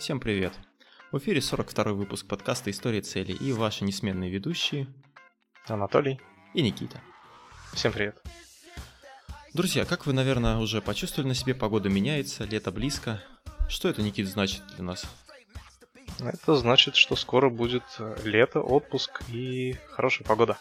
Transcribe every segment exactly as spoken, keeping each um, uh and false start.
Всем привет! В эфире сорок второй выпуск подкаста «История целей» и ваши несменные ведущие Анатолий и Никита. Всем привет! Друзья, как вы, наверное, уже почувствовали на себе, погода меняется, лето близко. Что это, Никита, значит для нас? Это значит, что скоро будет лето, отпуск и хорошая погода.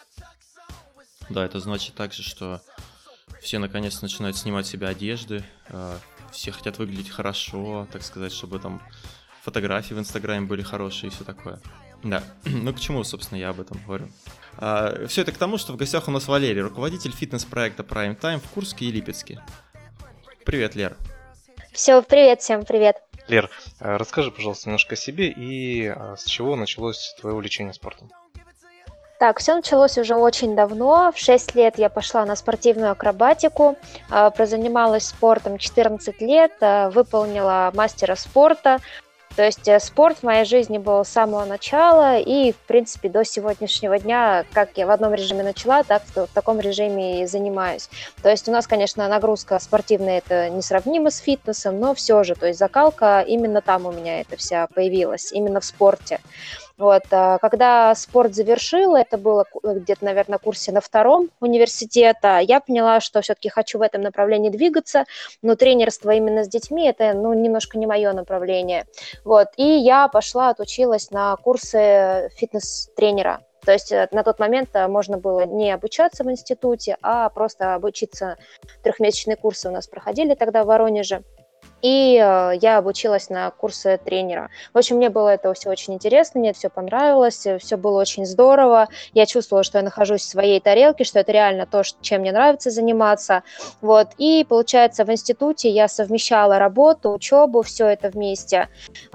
Да, это значит также, что все наконец начинают снимать с себя одежды, все хотят выглядеть хорошо, так сказать, чтобы там фотографии в Инстаграме были хорошие и все такое. Да, ну к чему, собственно, я об этом говорю? А, все это к тому, что в гостях у нас Валерий, руководитель фитнес-проекта Prime Time в Курске и Липецке. Привет, Лер. Все, привет, всем привет. Лер, расскажи, пожалуйста, немножко о себе и с чего началось твое увлечение спортом? Так, все началось уже очень давно. В шесть лет я пошла на спортивную акробатику, прозанималась спортом четырнадцать лет, выполнила мастера спорта. То есть спорт в моей жизни был с самого начала и, в принципе, до сегодняшнего дня, как я в одном режиме начала, так в таком режиме и занимаюсь. То есть у нас, конечно, нагрузка спортивная, это несравнимо с фитнесом, но все же, то есть закалка именно там у меня это вся появилась, именно в спорте. Вот, когда спорт завершила, это было где-то, наверное, курсе на втором университета, я поняла, что все-таки хочу в этом направлении двигаться, но тренерство именно с детьми – это, ну, немножко не мое направление. Вот, и я пошла, отучилась на курсы фитнес-тренера. То есть на тот момент можно было не обучаться в институте, а просто обучиться. Трехмесячные курсы у нас проходили тогда в Воронеже. И я обучилась на курсы тренера. В общем, мне было это все очень интересно, мне это все понравилось, все было очень здорово. Я чувствовала, что я нахожусь в своей тарелке, что это реально то, чем мне нравится заниматься. Вот. И, получается, в институте я совмещала работу, учебу, все это вместе.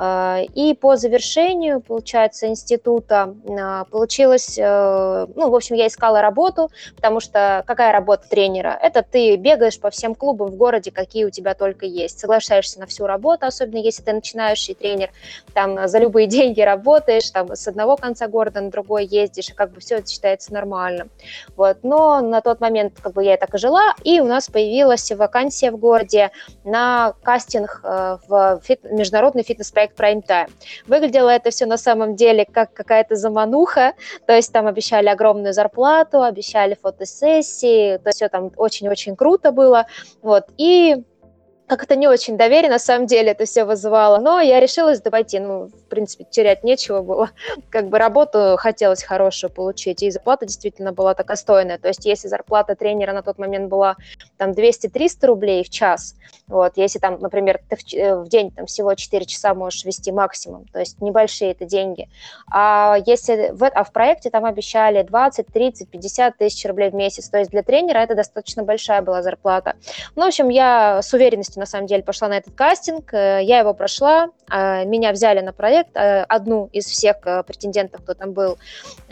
И по завершению, получается, института получилось... Ну, в общем, я искала работу, потому что какая работа тренера? Это ты бегаешь по всем клубам в городе, какие у тебя только есть. Соглашаешься на всю работу, особенно если ты начинающий тренер, там за любые деньги работаешь, там с одного конца города на другой ездишь, и как бы все это считается нормально. Вот. Но на тот момент как бы я так и жила, и у нас появилась вакансия в городе на кастинг в фит- международный фитнес-проект Prime Time. Выглядело это все на самом деле как какая-то замануха, то есть там обещали огромную зарплату, обещали фотосессии, то есть все там очень-очень круто было. Вот. И как-то не очень доверие, на самом деле, это все вызывало. Но я решилась да пойти. Ну, в принципе, терять нечего было. Как бы работу хотелось хорошую получить, и зарплата действительно была такая достойная. То есть если зарплата тренера на тот момент была там двести-триста рублей в час, вот, если там, например, ты в день там всего четыре часа можешь вести максимум, то есть небольшие это деньги. А, если в, а в проекте там обещали двадцать, тридцать, пятьдесят тысяч рублей в месяц, то есть для тренера это достаточно большая была зарплата. Ну, в общем, я с уверенностью на самом деле пошла на этот кастинг, я его прошла, меня взяли на проект, одну из всех претендентов, кто там был,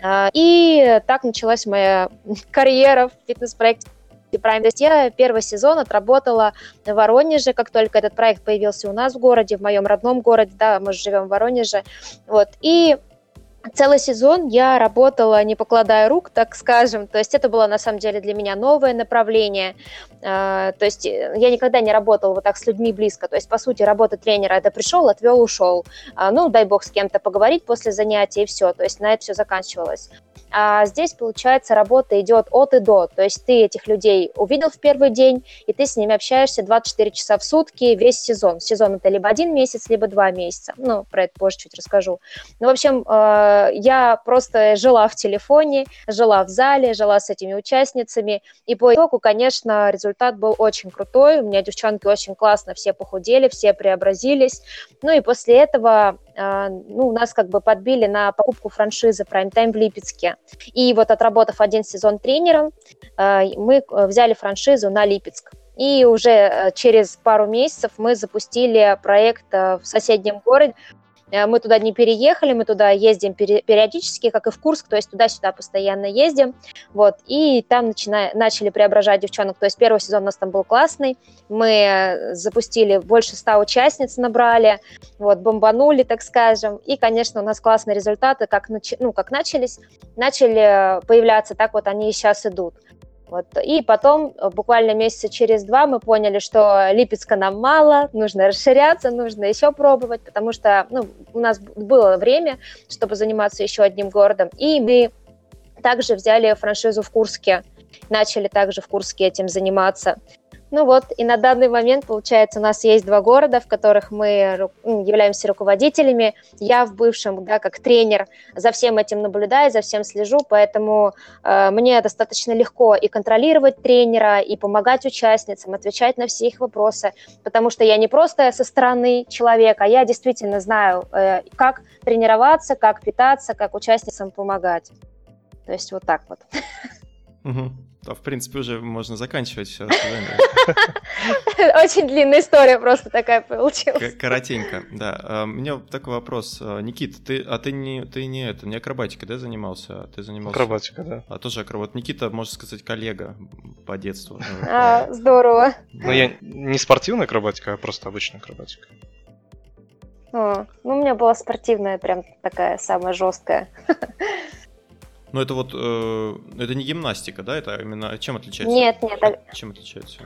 и так началась моя карьера в фитнес-проекте Prime. То есть я первый сезон отработала в Воронеже, как только этот проект появился у нас в городе, в моем родном городе, да, мы же живем в Воронеже, вот, и целый сезон я работала, не покладая рук, так скажем, то есть это было на самом деле для меня новое направление, то есть я никогда не работала вот так с людьми близко, то есть по сути работа тренера – это пришел, отвел, ушел, ну дай бог с кем-то поговорить после занятия и все, то есть на это все заканчивалось. А здесь, получается, работа идет от и до, то есть ты этих людей увидел в первый день, и ты с ними общаешься двадцать четыре часа в сутки весь сезон. Сезон это либо один месяц, либо два месяца, ну, про это позже чуть расскажу. Ну, в общем, я просто жила в телефоне, жила в зале, жила с этими участницами, и по итогу, конечно, результат был очень крутой, у меня девчонки очень классно все похудели, все преобразились, ну, и после этого, ну, нас как бы подбили на покупку франшизы Prime Time в Липецке. И вот отработав один сезон тренером, мы взяли франшизу на Липецк. И уже через пару месяцев мы запустили проект в соседнем городе. Мы туда не переехали, мы туда ездим периодически, как и в Курск, то есть туда-сюда постоянно ездим, вот, и там начина... начали преображать девчонок, то есть первый сезон у нас там был классный, мы запустили больше ста участниц, набрали, вот, бомбанули, так скажем, и, конечно, у нас классные результаты, как, нач... ну, как начались, начали появляться, так вот они и сейчас идут. Вот. И потом, буквально месяца через два, мы поняли, что Липецка нам мало, нужно расширяться, нужно еще пробовать, потому что ну, у нас было время, чтобы заниматься еще одним городом. И мы также взяли франшизу в Курске, начали также в Курске этим заниматься. Ну вот, и на данный момент, получается, у нас есть два города, в которых мы являемся руководителями. Я в бывшем, да, как тренер, за всем этим наблюдаю, за всем слежу, поэтому э, мне достаточно легко и контролировать тренера, и помогать участницам, отвечать на все их вопросы, потому что я не просто со стороны человека, а я действительно знаю, э, как тренироваться, как питаться, как участницам помогать. То есть вот так вот. Угу. Да, в принципе, уже можно заканчивать все. Очень длинная история просто такая получилась. Коротенько, да. У меня такой вопрос. Никита, ты, а ты не, ты не это, не акробатикой, да, занимался? Ты занимался? Акробатика, да. А тоже акробат. Никита, можно сказать, коллега по детству. А, здорово. Но я не спортивная акробатика, а просто обычная акробатика. О, ну, у меня была спортивная, прям такая самая жесткая. Ну, это вот, э, это не гимнастика, да? Это именно чем отличается? Нет, нет. Чем, чем отличается?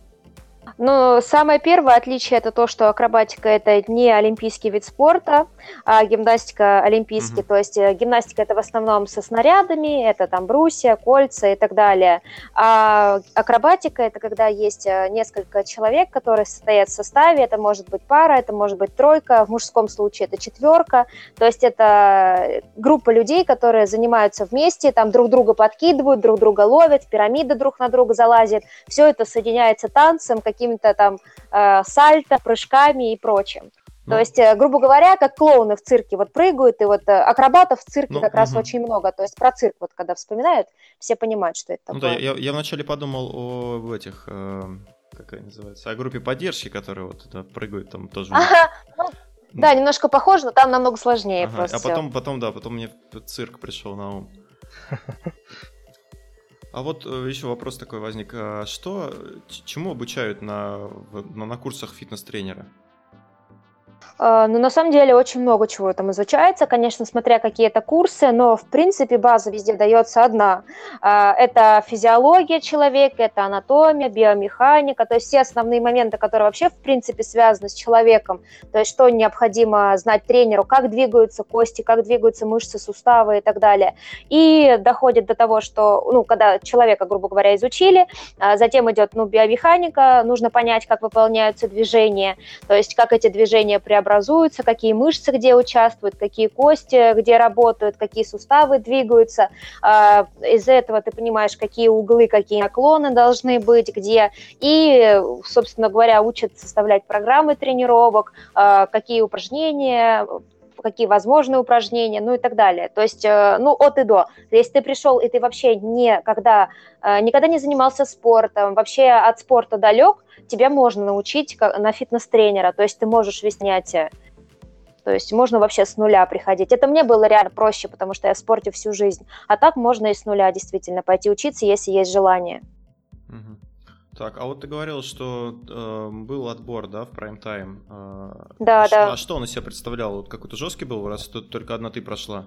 Ну, самое первое отличие это то, что акробатика это не олимпийский вид спорта, а гимнастика олимпийский. Uh-huh. То есть гимнастика это в основном со снарядами, это там брусья, кольца и так далее. А акробатика это когда есть несколько человек, которые состоят в составе. Это может быть пара, это может быть тройка, в мужском случае это четверка. То есть это группа людей, которые занимаются вместе, там друг друга подкидывают, друг друга ловят, пирамиды друг на друга залазят. Все это соединяется танцем, какими-то там э, сальто, прыжками и прочим. Ну, то есть, э, грубо говоря, как клоуны в цирке вот прыгают, и вот э, акробатов в цирке ну, как угу. раз очень много. То есть про цирк вот когда вспоминают, все понимают, что это ну, такое. Да, я, я вначале подумал о этих, э, как они называются, о группе поддержки, которые вот да, прыгают там тоже. Ага, ну, да, немножко похоже, но там намного сложнее ага, просто. А потом, потом, да, потом мне цирк пришел на ум. А вот еще вопрос такой возник. Что, чему обучают на, на, на курсах фитнес-тренера? Ну, на самом деле, очень много чего там изучается, конечно, смотря какие это курсы, но, в принципе, база везде дается одна. Это физиология человека, это анатомия, биомеханика, то есть все основные моменты, которые вообще, в принципе, связаны с человеком, то есть что необходимо знать тренеру, как двигаются кости, как двигаются мышцы, суставы и так далее. И доходит до того, что, ну, когда человека, грубо говоря, изучили, затем идет, ну, биомеханика, нужно понять, как выполняются движения, то есть как эти движения преобразуются, образуются, какие мышцы где участвуют, какие кости где работают, какие суставы двигаются. Из-за этого ты понимаешь, какие углы, какие наклоны должны быть, где. И, собственно говоря, учат составлять программы тренировок, какие упражнения, какие возможные упражнения, ну и так далее. То есть, ну, от и до. Если ты пришел, и ты вообще никогда, никогда не занимался спортом, вообще от спорта далек, тебя можно научить на фитнес-тренера, то есть ты можешь вести занятия. То есть можно вообще с нуля приходить. Это мне было реально проще, потому что я в спорте всю жизнь. А так можно и с нуля действительно пойти учиться, если есть желание. Угу. Так, а вот ты говорил, что э, был отбор, да, в прайм-тайм. Э, да, а да. Что, а что он из себя представлял? Вот какой-то жесткий был, раз тут только одна ты прошла?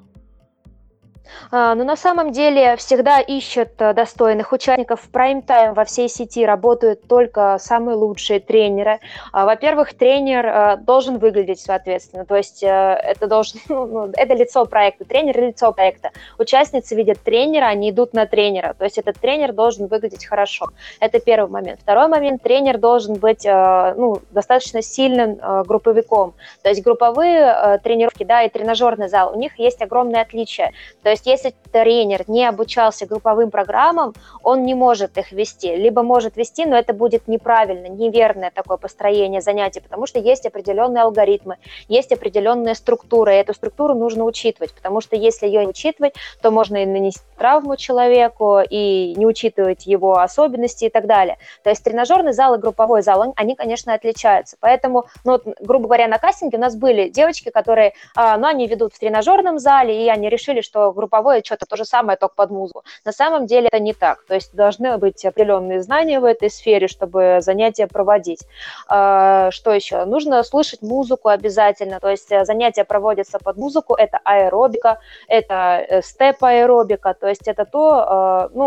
Но на самом деле всегда ищут достойных участников. В прайм-тайм во всей сети работают только самые лучшие тренеры. Во-первых, тренер должен выглядеть соответственно, то есть это, должен, ну, это лицо проекта, тренер – лицо проекта. Участницы видят тренера, они идут на тренера, то есть этот тренер должен выглядеть хорошо. Это первый момент. Второй момент – тренер должен быть ну, достаточно сильным групповиком. То есть групповые тренировки, да, и тренажерный зал, у них есть огромное отличие. То есть если тренер не обучался групповым программам, он не может их вести. Либо может вести, но это будет неправильно, неверное такое построение занятий, потому что есть определенные алгоритмы, есть определенная структура, и эту структуру нужно учитывать, потому что если ее не учитывать, то можно и нанести травму человеку, и не учитывать его особенности и так далее. То есть тренажерный зал и групповой зал, они, конечно, отличаются. Поэтому, ну, грубо говоря, на кастинге у нас были девочки, которые, ну, они ведут в тренажерном зале, и они решили, что групповое что-то то же самое, только под музыку. На самом деле это не так. То есть должны быть определенные знания в этой сфере, чтобы занятия проводить. Что еще? Нужно слышать музыку обязательно. То есть занятия проводятся под музыку. Это аэробика, это степ-аэробика. То есть это то, ну,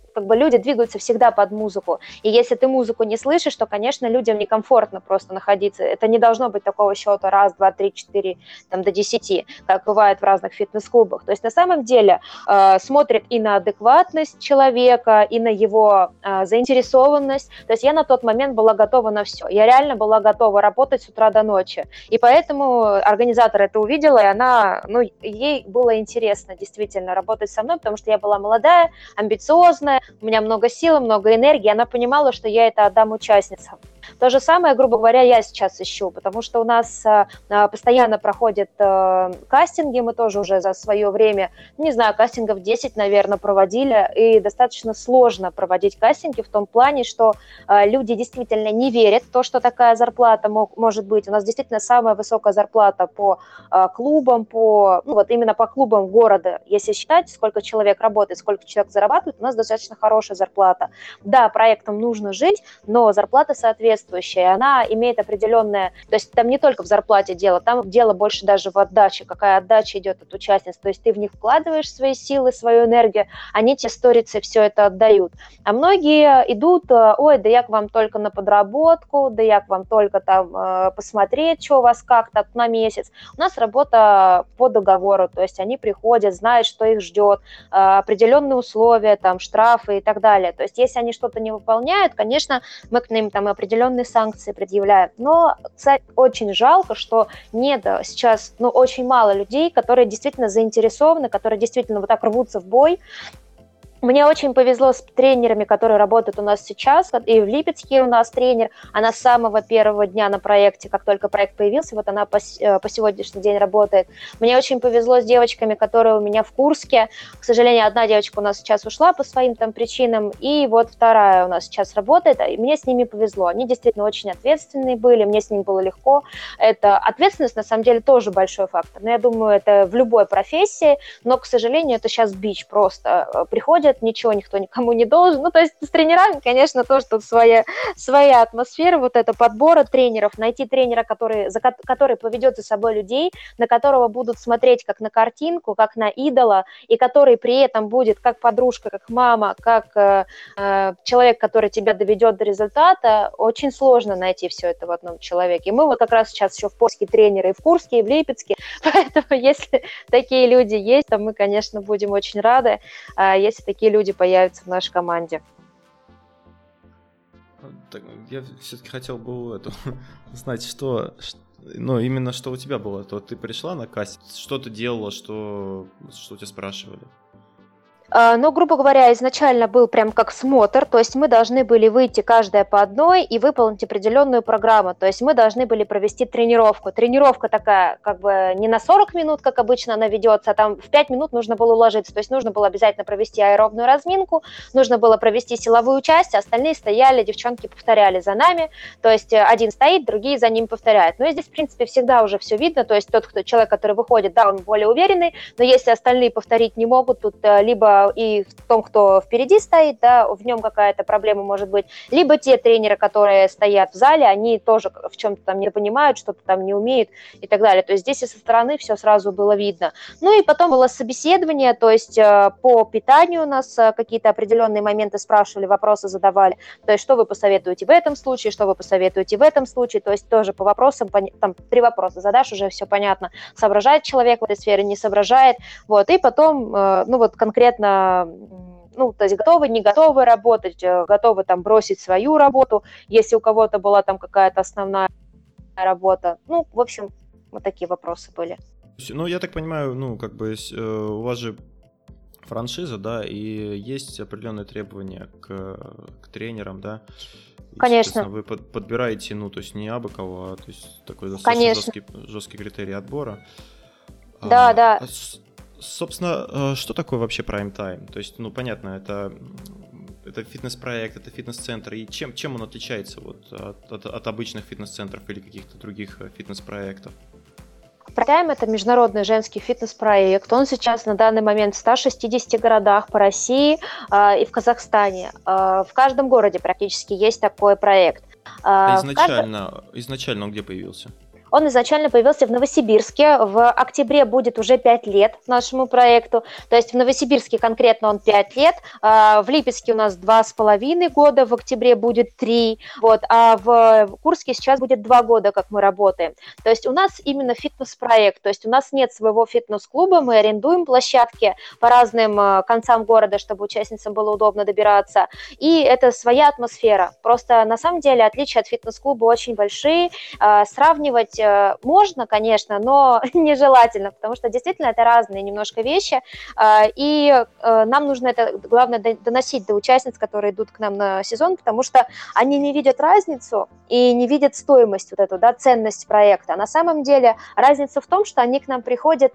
как бы люди двигаются всегда под музыку. И если ты музыку не слышишь, то, конечно, людям некомфортно просто находиться. Это не должно быть такого счета раз, два, три, четыре, там, до десяти, как бывает в разных фитнес-клубах. То есть на самом деле э, смотрят и на адекватность человека, и на его э, заинтересованность. То есть я на тот момент была готова на все. Я реально была готова работать с утра до ночи. И поэтому организатор это увидела, и она, ну, ей было интересно действительно работать со мной, потому что я была молодая, амбициозная, у меня много сил, много энергии, она понимала, что я это отдам участницам. То же самое, грубо говоря, я сейчас ищу, потому что у нас а, постоянно проходят а, кастинги, мы тоже уже за свое время, не знаю, кастингов десять, наверное, проводили, и достаточно сложно проводить кастинги в том плане, что а, люди действительно не верят в то, что такая зарплата мог, может быть. У нас действительно самая высокая зарплата по а, клубам, по, ну, вот именно по клубам города. Если считать, сколько человек работает, сколько человек зарабатывает, у нас достаточно хорошая зарплата. Да, проектам нужно жить, но зарплата соответствующая, она имеет определенное, то есть там не только в зарплате дело, там дело больше даже в отдаче, какая отдача идет от участниц, то есть ты в них вкладываешь свои силы, свою энергию, они тебе сторицей все это отдают. А многие идут, ой, да я к вам только на подработку, да я к вам только там посмотреть, что у вас как-то на месяц. У нас работа по договору, то есть они приходят, знают, что их ждет, определенные условия, там штрафы и так далее. То есть если они что-то не выполняют, конечно, мы к ним там определенные санкции предъявляют. Но очень жалко, что нет сейчас, ну, очень мало людей, которые действительно заинтересованы, которые действительно вот так рвутся в бой. Мне очень повезло с тренерами, которые работают у нас сейчас, и в Липецке у нас тренер, она с самого первого дня на проекте, как только проект появился, вот она по, по сегодняшний день работает. Мне очень повезло с девочками, которые у меня в Курске. К сожалению, одна девочка у нас сейчас ушла по своим там причинам, и вот вторая у нас сейчас работает, и мне с ними повезло. Они действительно очень ответственные были, мне с ними было легко. Это ответственность, на самом деле, тоже большой фактор. Но я думаю, это в любой профессии, но, к сожалению, это сейчас бич просто. Приходят, ничего никто никому не должен. Ну, то есть с тренерами, конечно, тоже тут своя, своя атмосфера, вот это подбора тренеров, найти тренера, который, за, который поведет за собой людей, на которого будут смотреть как на картинку, как на идола, и который при этом будет как подружка, как мама, как э, э, человек, который тебя доведет до результата. Очень сложно найти все это в одном человеке. И мы вот как раз сейчас еще в поиске тренера и в Курске, и в Липецке, поэтому если такие люди есть, то мы, конечно, будем очень рады, если такие люди появятся в нашей команде. Так, я все-таки хотел бы эту, знать, что, ну, именно что у тебя было. То ты пришла на кастинг, что ты делала, что, что тебя спрашивали? Ну, грубо говоря, изначально был прям как смотр, то есть мы должны были выйти каждая по одной и выполнить определенную программу, то есть мы должны были провести тренировку. Тренировка такая, как бы не на сорок минут, как обычно она ведется, а там в пять минут нужно было уложиться, то есть нужно было обязательно провести аэробную разминку, нужно было провести силовую часть, а остальные стояли, девчонки повторяли за нами, то есть один стоит, другие за ним повторяют. Ну и здесь, в принципе, всегда уже все видно, то есть тот кто, человек, который выходит, да, он более уверенный, но если остальные повторить не могут, тут либо и в том, кто впереди стоит, да, в нем какая-то проблема может быть, либо те тренеры, которые стоят в зале, они тоже в чем-то там не понимают, что-то там не умеют и так далее. То есть здесь и со стороны все сразу было видно. Ну и потом было собеседование, то есть по питанию у нас какие-то определенные моменты спрашивали, вопросы задавали, то есть что вы посоветуете в этом случае, что вы посоветуете в этом случае, то есть тоже по вопросам, там три вопроса задашь, уже все понятно, соображает человек в этой сфере, не соображает, вот, и потом, ну вот конкретно ну, то есть готовы, не готовы работать, готовы там бросить свою работу, если у кого-то была там какая-то основная работа. Ну, в общем, вот такие вопросы были. Ну, я так понимаю, ну, как бы у вас же франшиза, да, и есть определенные требования к, к тренерам, да? И, конечно. Вы под, подбираете, ну, то есть не абы кого, а то есть такой достаточно жесткий, жесткий критерий отбора. Да, а, да. А, собственно, что такое вообще Prime Time? То есть, ну, понятно, это, это фитнес-проект, это фитнес-центр. И чем, чем он отличается вот от, от, от обычных фитнес-центров или каких-то других фитнес-проектов? Prime Time – это международный женский фитнес-проект. Он сейчас на данный момент в ста шестидесяти городах по России э, и в Казахстане. Э, в каждом городе практически есть такой проект. Э, изначально, каждом... изначально он где появился? Он изначально появился в Новосибирске. В октябре будет уже пять лет нашему проекту. То есть в Новосибирске конкретно он пять лет. В Липецке у нас два с половиной года, в октябре будет три. Вот, а в Курске сейчас будет два года, как мы работаем. То есть у нас именно фитнес-проект. То есть у нас нет своего фитнес-клуба, мы арендуем площадки по разным концам города, чтобы участницам было удобно добираться. И это своя атмосфера. Просто на самом деле отличия от фитнес-клуба очень большие. Сравнивать можно, конечно, но нежелательно, потому что действительно это разные немножко вещи, и нам нужно это, главное, доносить до участниц, которые идут к нам на сезон, потому что они не видят разницу и не видят стоимость, вот эту, да, ценность проекта. На самом деле разница в том, что они к нам приходят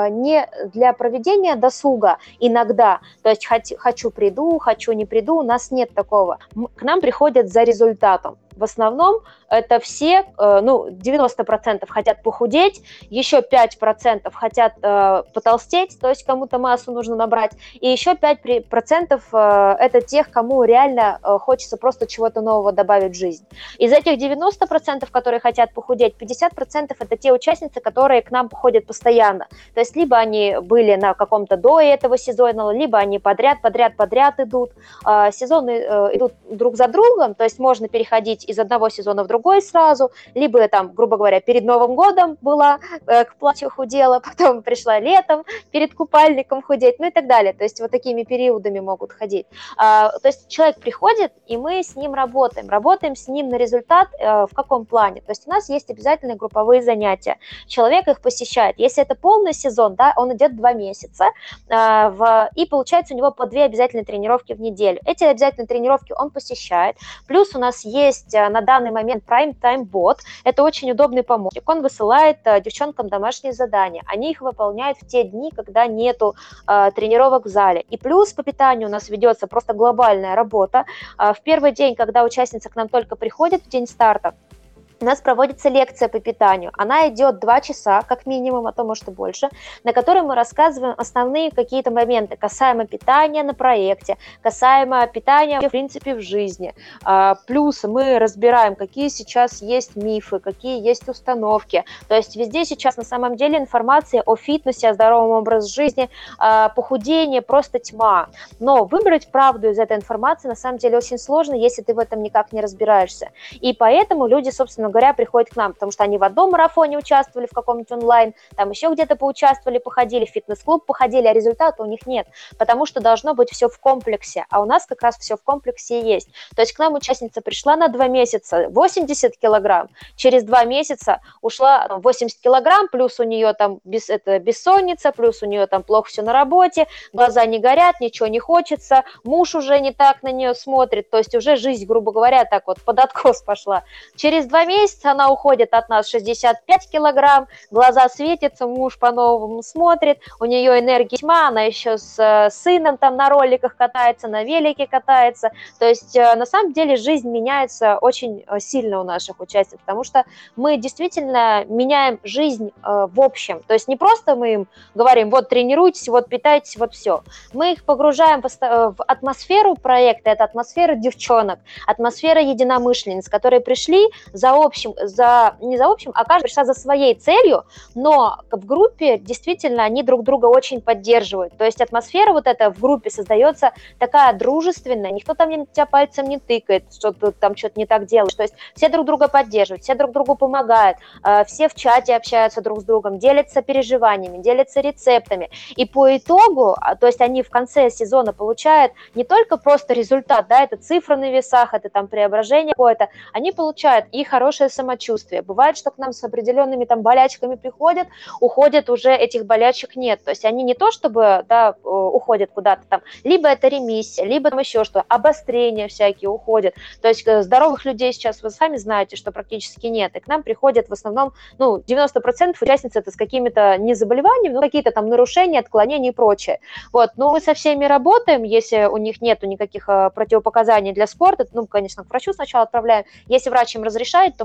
не для проведения досуга иногда, то есть хочу приду, хочу не приду, у нас нет такого. К нам приходят за результатом. В основном это все, ну, девяносто процентов хотят похудеть, еще пять процентов хотят э, потолстеть, то есть кому-то массу нужно набрать, и еще пять процентов э, это тех, кому реально э, хочется просто чего-то нового добавить в жизнь. Из этих девяноста процентов, которые хотят похудеть, пятьдесят процентов это те участницы, которые к нам ходят постоянно. То есть либо они были на каком-то до этого сезона, либо они подряд, подряд, подряд идут. Э, сезоны э, идут друг за другом, то есть можно переходить из одного сезона в другой сразу, либо там, грубо говоря, перед Новым годом была, э, к платью худела, потом пришла летом, перед купальником худеть, ну и так далее. То есть вот такими периодами могут ходить. А, то есть человек приходит, и мы с ним работаем. Работаем с ним на результат э, в каком плане? То есть у нас есть обязательные групповые занятия. Человек их посещает. Если это полный сезон, да, он идет два месяца, э, в, и получается у него по две обязательные тренировки в неделю. Эти обязательные тренировки он посещает. Плюс у нас есть на данный момент Prime Time Bot. Это очень удобный помощник. Он высылает uh, девчонкам домашние задания. Они их выполняют в те дни, когда нету uh, тренировок в зале. И плюс по питанию у нас ведется просто глобальная работа. Uh, в первый день, когда участница к нам только приходит, в день старта, у нас проводится лекция по питанию. Она идет два часа, как минимум, а то, может, и больше, на которой мы рассказываем основные какие-то моменты касаемо питания на проекте, касаемо питания, в принципе, в жизни. Плюс мы разбираем, какие сейчас есть мифы, какие есть установки. То есть везде сейчас на самом деле информация о фитнесе, о здоровом образе жизни, похудении просто тьма. Но выбрать правду из этой информации на самом деле очень сложно, если ты в этом никак не разбираешься. И поэтому люди, собственно говоря, приходят к нам, потому что они в одном марафоне участвовали, в каком-нибудь онлайн, там еще где-то поучаствовали, походили, в фитнес-клуб походили, а результата у них нет, потому что должно быть все в комплексе, а у нас как раз все в комплексе и есть. То есть к нам участница пришла на два месяца, восемьдесят килограмм, через два месяца ушла восемьдесят килограмм, плюс у нее там без, это, бессонница, плюс у нее там плохо все на работе, глаза не горят, ничего не хочется, муж уже не так на нее смотрит, то есть уже жизнь, грубо говоря, так вот под откос пошла. Через два месяца она уходит от нас шестьдесят пять килограмм, глаза светятся, муж по-новому смотрит, у нее энергия тьма, она еще с э, сыном там на роликах катается, на велике катается. То есть э, на самом деле жизнь меняется очень э, сильно у наших участников, потому что мы действительно меняем жизнь э, в общем. То есть не просто мы им говорим, вот тренируйтесь, вот питайтесь, вот все. Мы их погружаем в атмосферу проекта, это атмосфера девчонок, атмосфера единомышленниц, которые пришли за общим, за, не за общим, а каждая пришла за своей целью, но в группе действительно они друг друга очень поддерживают. То есть атмосфера вот эта в группе создается такая дружественная, никто там на тебя пальцем не тыкает, что ты там что-то не так делаешь. То есть все друг друга поддерживают, все друг другу помогают, все в чате общаются друг с другом, делятся переживаниями, делятся рецептами. И по итогу, то есть они в конце сезона получают не только просто результат, да, это цифры на весах, это там преображение какое-то, они получают и хорошее самочувствие. Бывает, что к нам с определенными там болячками приходят, уходят, уже этих болячек нет. То есть они не то чтобы, да, уходят куда-то там, либо это ремиссия, либо там еще что, обострения всякие уходят. То есть здоровых людей сейчас вы сами знаете, что практически нет. И к нам приходят в основном, ну, девяносто процентов участниц это с какими-то не заболеваниями, но какие-то там нарушения, отклонения и прочее. Вот, но мы со всеми работаем, если у них нету никаких противопоказаний для спорта, ну, конечно, к врачу сначала отправляем. Если врач им разрешает, то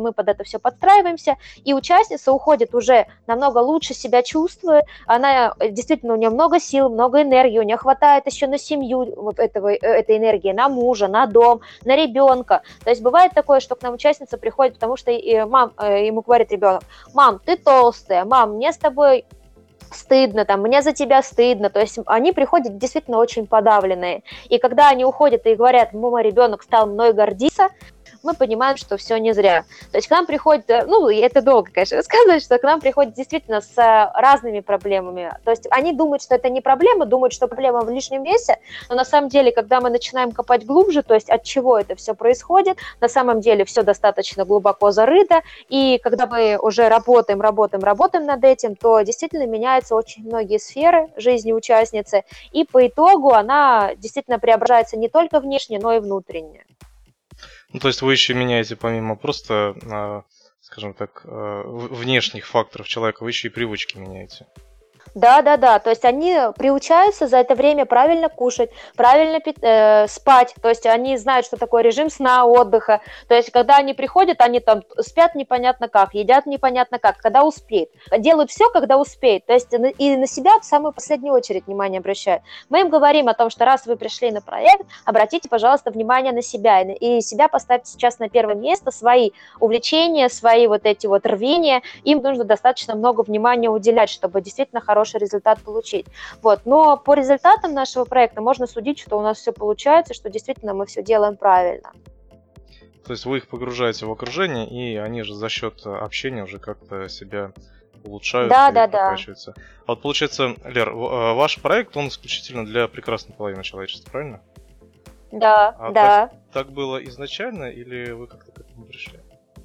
мы под это все подстраиваемся, и участница уходит уже намного лучше себя чувствует, она действительно, у нее много сил, много энергии, у нее хватает еще на семью вот этого, этой энергии, на мужа, на дом, на ребенка. То есть бывает такое, что к нам участница приходит, потому что и мам, ему говорит ребенок: мам, ты толстая, мам, мне с тобой стыдно, там, мне за тебя стыдно, то есть они приходят действительно очень подавленные, и когда они уходят и говорят: мой ребенок стал мной гордиться, мы понимаем, что все не зря. То есть к нам приходят, ну, и это долго, конечно, рассказывать, что к нам приходят действительно с разными проблемами. То есть они думают, что это не проблема, думают, что проблема в лишнем весе, но на самом деле, когда мы начинаем копать глубже, то есть от чего это все происходит, на самом деле все достаточно глубоко зарыто, и когда мы уже работаем, работаем, работаем над этим, то действительно меняются очень многие сферы жизни участницы, и по итогу она действительно преображается не только внешне, но и внутренне. Ну, то есть вы еще меняете помимо просто, скажем так, внешних факторов человека, вы еще и привычки меняете. Да, да, да, то есть они приучаются за это время правильно кушать, правильно э, спать, то есть они знают, что такое режим сна, отдыха, то есть когда они приходят, они там спят непонятно как, едят непонятно как, когда успеют, делают все, когда успеют, то есть и на себя в самую последнюю очередь внимание обращают. Мы им говорим о том, что раз вы пришли на проект, обратите, пожалуйста, внимание на себя, и себя поставьте сейчас на первое место, свои увлечения, свои вот эти вот рвения, им нужно достаточно много внимания уделять, чтобы действительно хороший результат получить. Вот. Но по результатам нашего проекта можно судить, что у нас все получается, что действительно мы все делаем правильно. То есть вы их погружаете в окружение, и они же за счет общения уже как-то себя улучшают, да, и да, прокачиваются. Да. А вот получается, Лер, ваш проект, он исключительно для прекрасной половины человечества, правильно? Да, а да. Так, так было изначально, или вы как-то к этому пришли?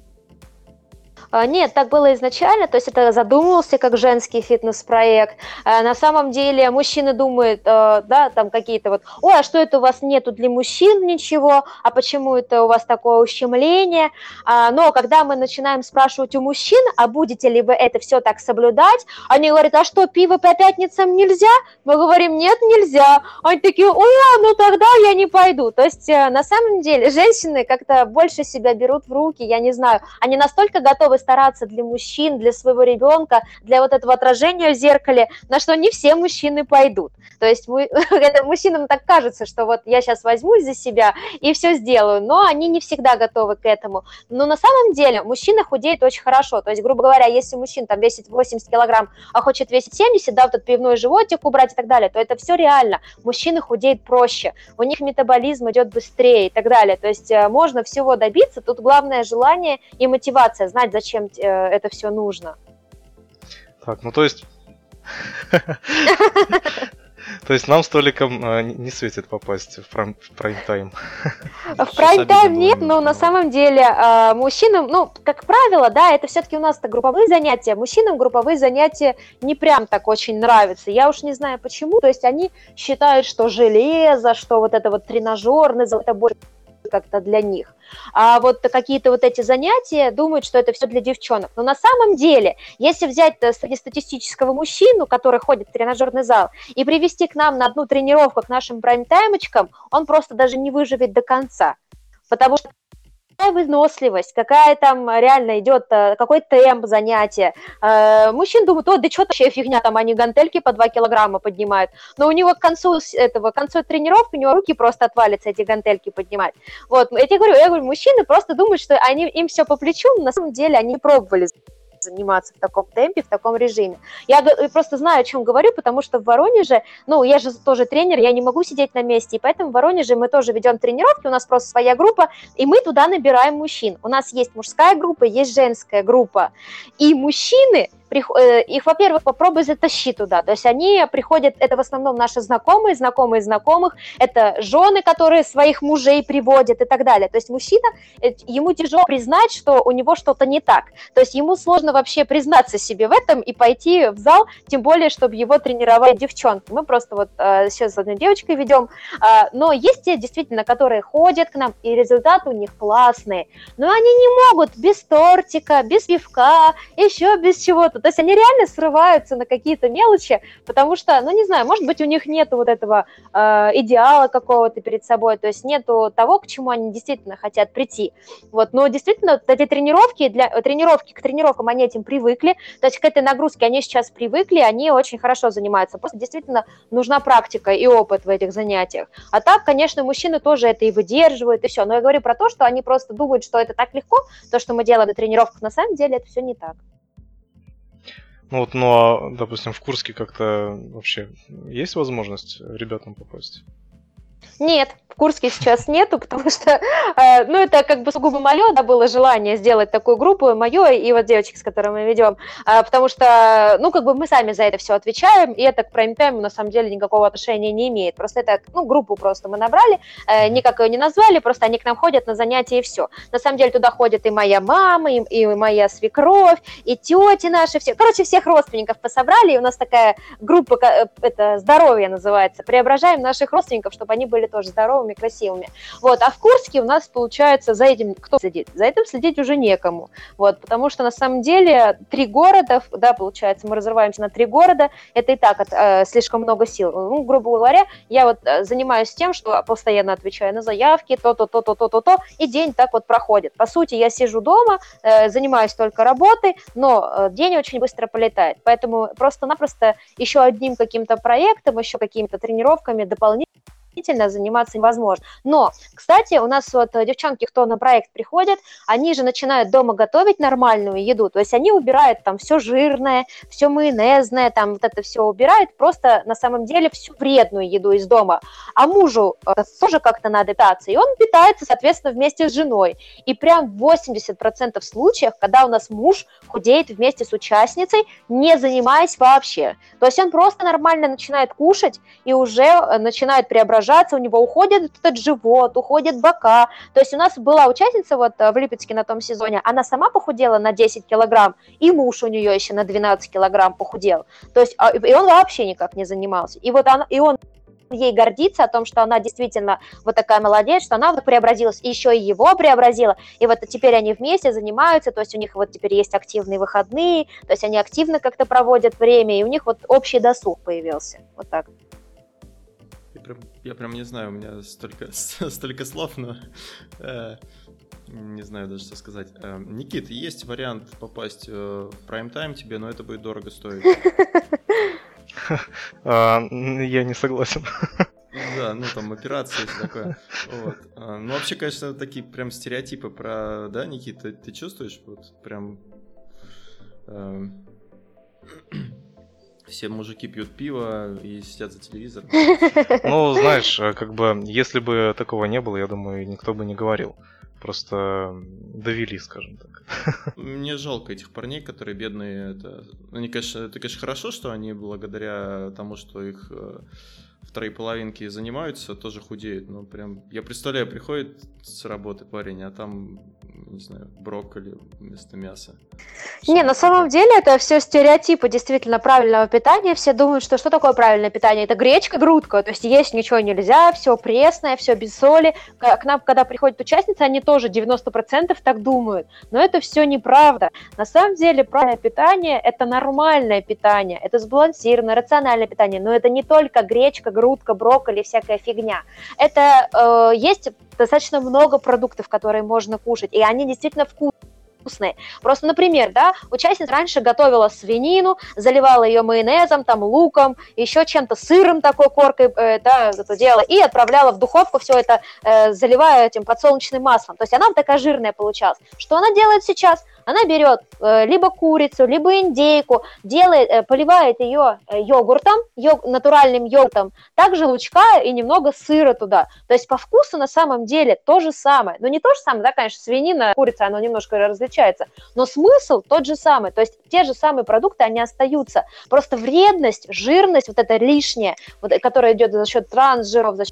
Нет, так было изначально, то есть это задумывался как женский фитнес-проект. На самом деле мужчины думают, да, там какие-то вот: ой, а что это у вас нету для мужчин ничего, а почему это у вас такое ущемление? Но когда мы начинаем спрашивать у мужчин, а будете ли вы это все так соблюдать, они говорят: а что, пиво по пятницам нельзя? Мы говорим: нет, нельзя. Они такие: ой, ну тогда я не пойду. То есть на самом деле женщины как-то больше себя берут в руки, я не знаю, они настолько готовы стараться для мужчин, для своего ребенка, для вот этого отражения в зеркале, на что не все мужчины пойдут. То есть мы, это мужчинам так кажется, что вот я сейчас возьмусь за себя и все сделаю, но они не всегда готовы к этому. Но на самом деле мужчина худеет очень хорошо. То есть, грубо говоря, если мужчина там весит восемьдесят килограмм, а хочет весить семьдесят, да, вот этот пивной животик убрать и так далее, то это все реально. Мужчина худеет проще, у них метаболизм идет быстрее и так далее. То есть можно всего добиться, тут главное желание и мотивация, знать, зачем это все нужно. Так, ну то есть... То есть нам с Толиком не светит попасть в прайм-тайм. В прайм-тайм нет, но на самом деле мужчинам, ну, как правило, да, это все-таки у нас-то групповые занятия, мужчинам групповые занятия не прям так очень нравятся. Я уж не знаю почему, то есть они считают, что железо, что вот это вот тренажерный, это больше как-то для них. А вот какие-то вот эти занятия думают, что это все для девчонок. Но на самом деле, если взять среднестатистического мужчину, который ходит в тренажерный зал, и привести к нам на одну тренировку к нашим прайм-таймочкам, он просто даже не выживет до конца. Потому что какая выносливость, какая там реально идет, какой темп занятия. Мужчины думают: о, да что вообще фигня, там они гантельки по два килограмма поднимают. Но у него к концу этого, к концу тренировки у него руки просто отвалятся эти гантельки поднимать. Вот, я тебе говорю, я говорю, мужчины просто думают, что они, им все по плечу, но на самом деле они пробовали заниматься в таком темпе, в таком режиме. Я просто знаю, о чем говорю, потому что в Воронеже, ну, я же тоже тренер, я не могу сидеть на месте, и поэтому в Воронеже мы тоже ведем тренировки, у нас просто своя группа, и мы туда набираем мужчин. У нас есть мужская группа, есть женская группа, и мужчины, их, во-первых, попробуй затащи туда, то есть они приходят, это в основном наши знакомые, знакомые знакомых, это жены, которые своих мужей приводят и так далее, то есть мужчина, ему тяжело признать, что у него что-то не так, то есть ему сложно вообще признаться себе в этом и пойти в зал, тем более, чтобы его тренировали девчонки. Мы просто вот э, сейчас с одной девочкой ведем, э, но есть те, действительно, которые ходят к нам, и результаты у них классные, но они не могут без тортика, без пивка, еще без чего-то. просто, то есть они реально срываются на какие-то мелочи, потому что, ну не знаю, может быть у них нету вот этого э, идеала какого-то перед собой, то есть нету того, к чему они действительно хотят прийти, вот, но действительно эти тренировки, для, тренировки к тренировкам они этим привыкли, то есть к этой нагрузке они сейчас привыкли, они очень хорошо занимаются, просто действительно нужна практика и опыт в этих занятиях, а так, конечно, мужчины тоже это и выдерживают, и все, но я говорю про то, что они просто думают, что это так легко, то, что мы делаем на тренировках, на самом деле это все не так. Ну вот, ну а, допустим, в Курске как-то вообще есть возможность ребятам попасть? Нет, в Курске сейчас нету, потому что, э, ну, это как бы сугубо мое, да, было желание сделать такую группу, мое и вот девочек, с которыми мы ведем, э, потому что, ну, как бы мы сами за это все отвечаем, и это к прайм-тайму на самом деле никакого отношения не имеет. Просто это, ну, группу просто мы набрали, э, никак ее не назвали, просто они к нам ходят на занятия и все. На самом деле туда ходит и моя мама, и, и моя свекровь, и тети наши, все. Короче, всех родственников пособрали, и у нас такая группа, это «Здоровье» называется, преображаем наших родственников, чтобы они были тоже здоровыми, красивыми. Вот. А в Курске у нас, получается, за этим кто следит? За этим следить уже некому. Вот. Потому что, на самом деле, три города, да, получается, мы разрываемся на три города, это и так от, э, слишком много сил. Ну, грубо говоря, я вот э, занимаюсь тем, что постоянно отвечаю на заявки, то-то, то-то, то-то, то, и день так вот проходит. По сути, я сижу дома, э, занимаюсь только работой, но э, день очень быстро полетает. Поэтому просто-напросто еще одним каким-то проектом, еще какими-то тренировками дополнительно заниматься невозможно. Но, кстати, у нас вот девчонки, кто на проект приходит, они же начинают дома готовить нормальную еду, то есть они убирают там все жирное, все майонезное, там вот это все убирают, просто на самом деле всю вредную еду из дома. А мужу тоже как-то надо питаться, и он питается, соответственно, вместе с женой. И прям восемьдесят процентов случаев, когда у нас муж худеет вместе с участницей, не занимаясь вообще. То есть он просто нормально начинает кушать и уже начинает преображаться, у него уходит этот живот, уходят бока. То есть у нас была участница вот в Липецке на том сезоне, она сама похудела на десять килограмм, и муж у нее еще на двенадцать килограмм похудел. То есть, и он вообще никак не занимался. И вот она, и он ей гордится о том, что она действительно вот такая молодец, что она вот преобразилась, и еще и его преобразила, и вот теперь они вместе занимаются, то есть у них вот теперь есть активные выходные, то есть они активно как-то проводят время, и у них вот общий досуг появился, вот так. Я прям, я прям не знаю, у меня столько, столько слов, но э, не знаю даже, что сказать. Э, Никит, есть вариант попасть э, в прайм-тайм тебе, но это будет дорого стоить. Я не согласен. Да, ну там операции и все такое. Вот. Ну вообще, конечно, такие прям стереотипы про, да, Никит, ты, ты чувствуешь? Вот прям э, все мужики пьют пиво и сидят за телевизором. Ну, знаешь, как бы, если бы такого не было, я думаю, никто бы не говорил. Просто довели, скажем так. Мне жалко этих парней, которые бедные. Это, они, конечно, это, конечно, хорошо, что они благодаря тому, что их э, вторые половинки занимаются, тоже худеют. Но прям, я представляю, приходит с работы парень, а там, не знаю, брокколи вместо мяса. Не, на самом деле это все стереотипы действительно правильного питания. Все думают, что что такое правильное питание? Это гречка, грудка, то есть есть ничего нельзя, все пресное, все без соли. К нам, когда приходят участницы, они тоже девяносто процентов так думают. Но это все неправда. На самом деле правильное питание – это нормальное питание, это сбалансированное, рациональное питание. Но это не только гречка, грудка, брокколи, всякая фигня. Это э, есть достаточно много продуктов, которые можно кушать, и они действительно вкусные. Вкусные. Просто, например, да, участница раньше готовила свинину, заливала ее майонезом, там, луком, еще чем-то, сыром такой коркой, э, да, это делала, и отправляла в духовку все это, э, заливая этим подсолнечным маслом. То есть она такая жирная получалась. Что она делает сейчас? Она берет э, либо курицу, либо индейку, делает, э, поливает ее э, йогуртом, йог, натуральным йогуртом, также лучка и немного сыра туда. То есть по вкусу на самом деле то же самое. Но не то же самое, да, конечно, свинина, курица, оно немножко различается, но смысл тот же самый. То есть те же самые продукты, они остаются. Просто вредность, жирность, вот это лишнее, вот, которая идет за счет трансжиров, за счет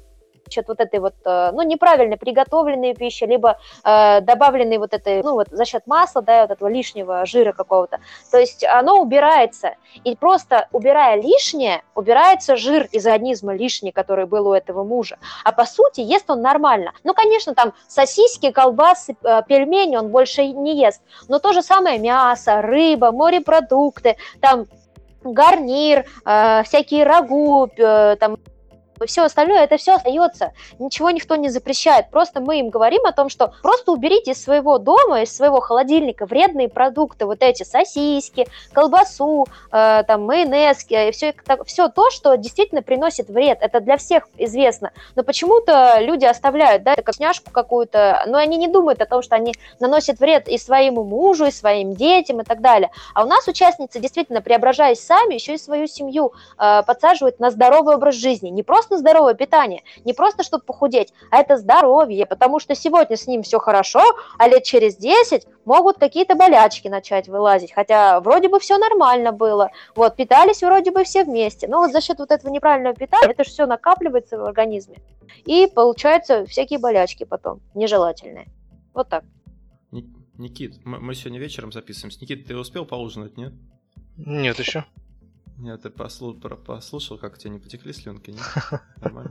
счет вот этой вот, ну, неправильно приготовленной пищи, либо э, добавленной вот этой, ну, вот за счет масла, да, вот этого лишнего жира какого-то. То есть оно убирается. И просто убирая лишнее, убирается жир из организма лишний, который был у этого мужа. А по сути, ест он нормально. Ну, конечно, там сосиски, колбасы, пельмени он больше не ест. Но то же самое мясо, рыба, морепродукты, там гарнир, э, всякие рагу, э, там, все остальное, это все остается, ничего никто не запрещает, просто мы им говорим о том, что просто уберите из своего дома, из своего холодильника вредные продукты, вот эти сосиски, колбасу, э, там, майонез, все, все то, что действительно приносит вред, это для всех известно, но почему-то люди оставляют, да, вкусняшку какую-то, но они не думают о том, что они наносят вред и своему мужу, и своим детям, и так далее, а у нас участницы, действительно, преображаясь сами, еще и свою семью э, подсаживают на здоровый образ жизни, не просто здоровое питание, не просто чтобы похудеть, а это здоровье, потому что сегодня с ним все хорошо, а лет через десять могут какие-то болячки начать вылазить, хотя вроде бы все нормально было, вот, питались вроде бы все вместе, но вот за счет вот этого неправильного питания это же все накапливается в организме, и получаются всякие болячки потом, нежелательные. Вот так. Никит, мы сегодня вечером записываемся. Никит, ты успел поужинать, нет? Нет еще. Нет, ты послушал, послушал, как у тебя не потекли слюнки, нет? Нормально.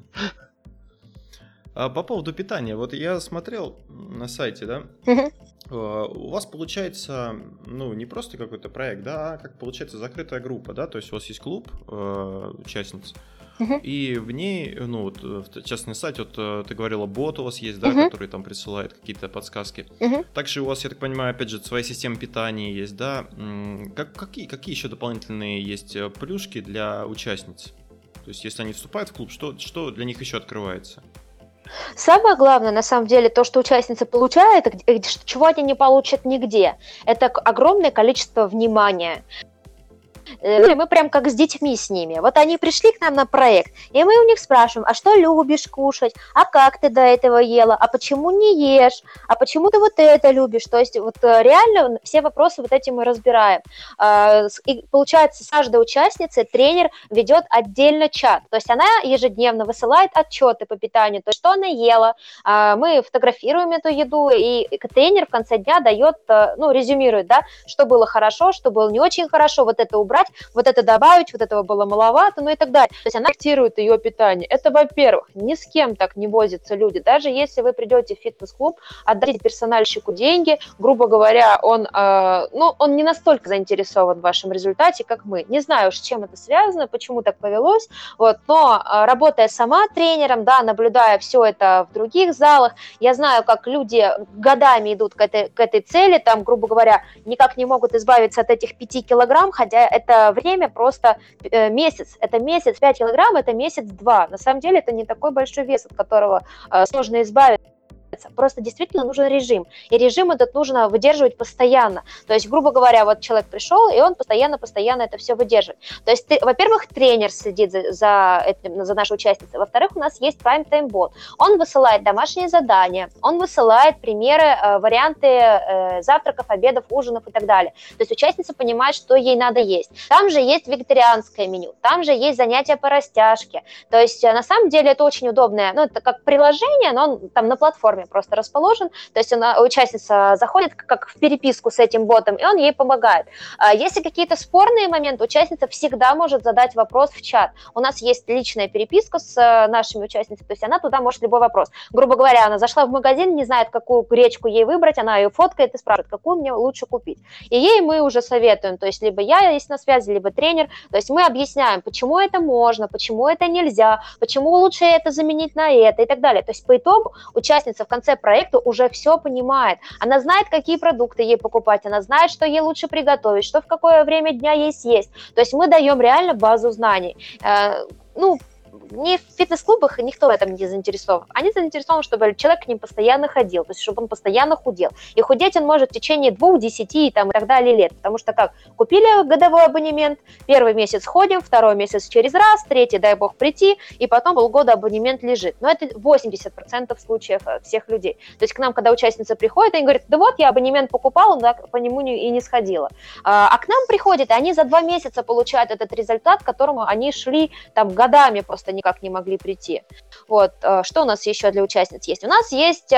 А по поводу питания, вот я смотрел на сайте, да, у вас получается, ну, не просто какой-то проект, да, а как получается закрытая группа, да, то есть у вас есть клуб э, участниц, Uh-huh. и в ней, ну, вот, в частный сайт, вот ты говорила, бот у вас есть, да, uh-huh. который там присылает какие-то подсказки. Uh-huh. Также у вас, я так понимаю, опять же, своя система питания есть, да. Как, какие, какие еще дополнительные есть плюшки для участниц? То есть, если они вступают в клуб, что, что для них еще открывается? Самое главное, на самом деле, то, что участницы получают, чего они не получат нигде, это огромное количество внимания. Мы прям как с детьми с ними. Вот они пришли к нам на проект, и мы у них спрашиваем, а что любишь кушать, а как ты до этого ела, а почему не ешь, а почему ты вот это любишь. То есть вот реально все вопросы вот эти мы разбираем. И получается, с каждой участницей тренер ведет отдельно чат. То есть она ежедневно высылает отчеты по питанию, то есть что она ела, мы фотографируем эту еду, и тренер в конце дня дает, ну, резюмирует, да, что было хорошо, что было не очень хорошо, вот это убрать, вот это добавить, вот этого было маловато, ну и так далее. То есть она корректирует ее питание. Это, во-первых, ни с кем так не возятся люди. Даже если вы придете в фитнес-клуб, отдадите персональщику деньги, грубо говоря, он, э, ну, он не настолько заинтересован в вашем результате, как мы. Не знаю, с чем это связано, почему так повелось, вот, но э, работая сама тренером, да, наблюдая все это в других залах, я знаю, как люди годами идут к этой, к этой цели, там, грубо говоря, никак не могут избавиться от этих пяти килограмм, хотя это Это время просто э, месяц, это месяц, пять килограмм, это месяц-два. На самом деле это не такой большой вес, от которого э, сложно избавиться. Просто действительно нужен режим. И режим этот нужно выдерживать постоянно. То есть, грубо говоря, вот человек пришел, и он постоянно-постоянно это все выдерживает. То есть, ты, во-первых, тренер следит за, за, этим, за нашей участницей. Во-вторых, у нас есть Prime Time Bot. Он высылает домашние задания, он высылает примеры, э, варианты э, завтраков, обедов, ужинов и так далее. То есть, участница понимает, что ей надо есть. Там же есть вегетарианское меню, там же есть занятия по растяжке. То есть, э, на самом деле, это очень удобное, ну, это как приложение, но он там на платформе просто расположен, то есть она, участница заходит как в переписку с этим ботом, и он ей помогает. Если какие-то спорные моменты, участница всегда может задать вопрос в чат. У нас есть личная переписка с нашими участницами, то есть она туда может любой вопрос. Грубо говоря, она зашла в магазин, не знает, какую гречку ей выбрать, она ее фоткает и спрашивает, какую мне лучше купить. И ей мы уже советуем, то есть либо я есть на связи, либо тренер, то есть мы объясняем, почему это можно, почему это нельзя, почему лучше это заменить на это и так далее. То есть по итогу участница в конце проекта уже все понимает. Она знает, какие продукты ей покупать, она знает, что ей лучше приготовить, что в какое время дня ей съесть. То есть мы даем реально базу знаний. Ну, не в фитнес-клубах никто в этом не заинтересован. Они заинтересованы, чтобы человек к ним постоянно ходил, то есть чтобы он постоянно худел. И худеть он может в течение двух, десяти там, и так далее лет. Потому что как? Купили годовой абонемент, первый месяц ходим, второй месяц через раз, третий, дай бог, прийти, и потом полгода абонемент лежит. Но это восемьдесят процентов случаев всех людей. То есть к нам, когда участница приходит, они говорят, да вот, я абонемент покупала, но по нему и не сходила. А к нам приходят, и они за два месяца получают этот результат, к которому они шли там годами просто, никак не могли прийти. Вот, что у нас еще для участниц есть? У нас есть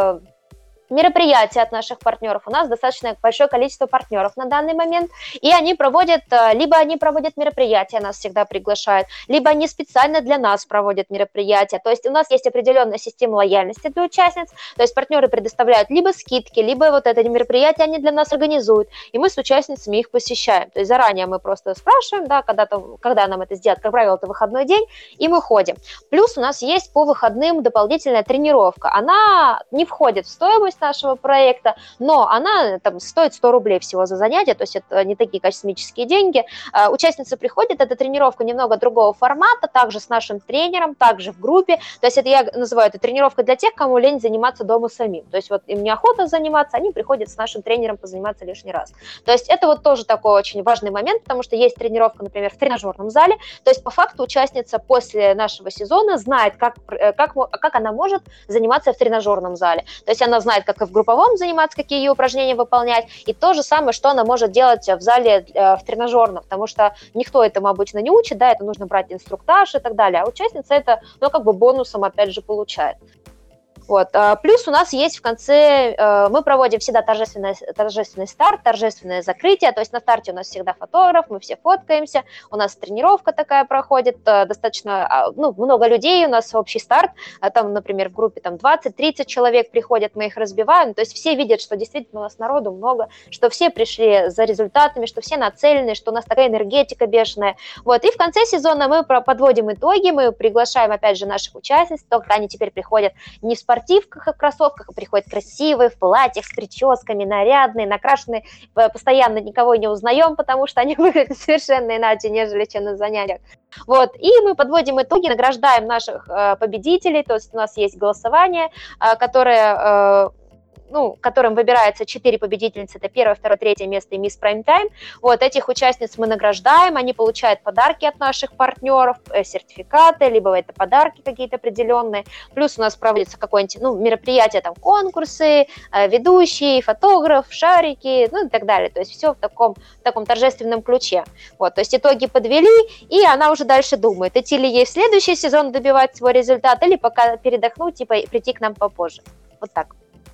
мероприятия от наших партнеров. У нас достаточно большое количество партнеров на данный момент, и они проводят, либо они проводят мероприятия, нас всегда приглашают, либо они специально для нас проводят мероприятия. То есть у нас есть определенная система лояльности для участниц, то есть партнеры предоставляют либо скидки, либо вот это мероприятие они для нас организуют, и мы с участницами их посещаем. То есть заранее мы просто спрашиваем, да, когда-то, когда нам это сделать, как правило, это выходной день, и мы ходим. Плюс у нас есть по выходным дополнительная тренировка. Она не входит в стоимость нашего проекта, но она там стоит сто рублей всего за занятие, то есть это не такие космические деньги. Участницы приходят, это тренировка немного другого формата, также с нашим тренером, также в группе, то есть это я называю это тренировка для тех, кому лень заниматься дома самим, то есть вот им неохота заниматься, они приходят с нашим тренером позаниматься лишний раз. То есть это вот тоже такой очень важный момент, потому что есть тренировка, например, в тренажерном зале, то есть по факту участница после нашего сезона знает, как, как, как она может заниматься в тренажерном зале, то есть она знает, как и в групповом заниматься, какие ее упражнения выполнять, и то же самое, что она может делать в зале, в тренажерном, потому что никто этому обычно не учит, да, это нужно брать инструктаж и так далее, а участница это, ну, как бы бонусом, опять же, получает. Вот. Плюс у нас есть в конце, мы проводим всегда торжественный, торжественный старт, торжественное закрытие, то есть на старте у нас всегда фотограф, мы все фоткаемся, у нас тренировка такая проходит, достаточно, ну, много людей, у нас общий старт, там, например, в группе там двадцать-тридцать человек приходят, мы их разбиваем, то есть все видят, что действительно у нас народу много, что все пришли за результатами, что все нацелены, что у нас такая энергетика бешеная, вот, и в конце сезона мы подводим итоги, мы приглашаем, опять же, наших участниц, только они теперь приходят не в спортивных, спортивках и в кроссовках, приходят красивые, в платьях, с прическами, нарядные, накрашенные, постоянно никого не узнаем, потому что они выглядят совершенно иначе, нежели чем на занятиях. Вот, и мы подводим итоги, награждаем наших э, победителей, то есть у нас есть голосование, э, которое... Э, ну, которым выбирается четыре победительницы, это первое, второе, третье место и мисс Prime Time. Вот этих участниц мы награждаем, они получают подарки от наших партнеров, сертификаты, либо это подарки какие-то определенные. Плюс у нас проводится какое-нибудь, ну, мероприятие, там, конкурсы, ведущий, фотограф, шарики, ну, и так далее. То есть все в таком, в таком торжественном ключе. Вот, то есть итоги подвели, и она уже дальше думает, идти ли ей в следующий сезон добивать свой результат, или пока передохнуть, типа, прийти к нам попозже. Вот так.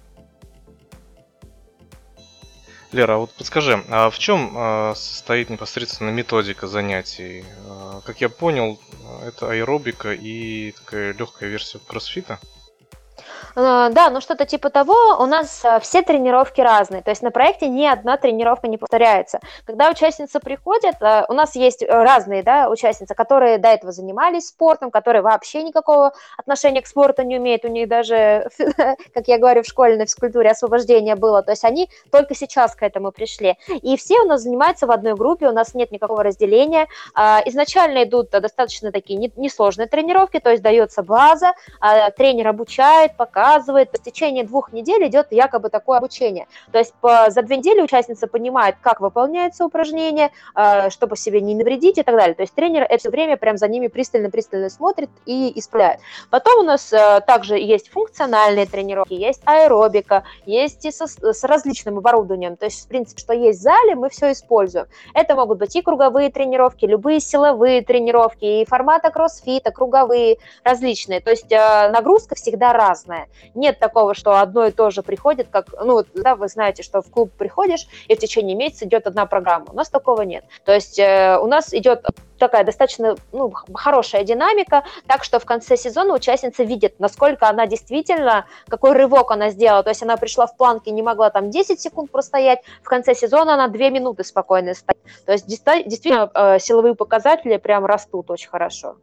Лера, а вот подскажи, а в чем а, состоит непосредственно методика занятий? А, как я понял, это аэробика и такая легкая версия кроссфита? Да, ну что-то типа того, у нас все тренировки разные, то есть на проекте ни одна тренировка не повторяется. Когда участницы приходят, у нас есть разные, да, участницы, которые до этого занимались спортом, которые вообще никакого отношения к спорту не имеют, у них даже, как я говорю, в школе на физкультуре освобождение было, то есть они только сейчас к этому пришли. И все у нас занимаются в одной группе, у нас нет никакого разделения. Изначально идут достаточно такие несложные тренировки, то есть дается база, тренер обучает, показывает, в течение двух недель идет якобы такое обучение. То есть по, за две недели участница понимает, как выполняется упражнение, э, чтобы себе не навредить и так далее. То есть тренер это все время прям за ними пристально-пристально смотрит и исправляет. Потом у нас э, также есть функциональные тренировки, есть аэробика, есть и со, с различным оборудованием. То есть, в принципе, что есть в зале, мы все используем. Это могут быть и круговые тренировки, любые силовые тренировки, и формата кроссфита, круговые, различные. То есть э, нагрузка всегда разная. Нет такого, что одно и то же приходит, как, ну, да, вы знаете, что в клуб приходишь, и в течение месяца идет одна программа. У нас такого нет. То есть э, у нас идет такая достаточно, ну, хорошая динамика, так что в конце сезона участница видит, насколько она действительно, какой рывок она сделала. То есть она пришла в планке, не могла там десять секунд простоять, в конце сезона она две минуты спокойно стоит. То есть действительно э, силовые показатели прям растут очень хорошо.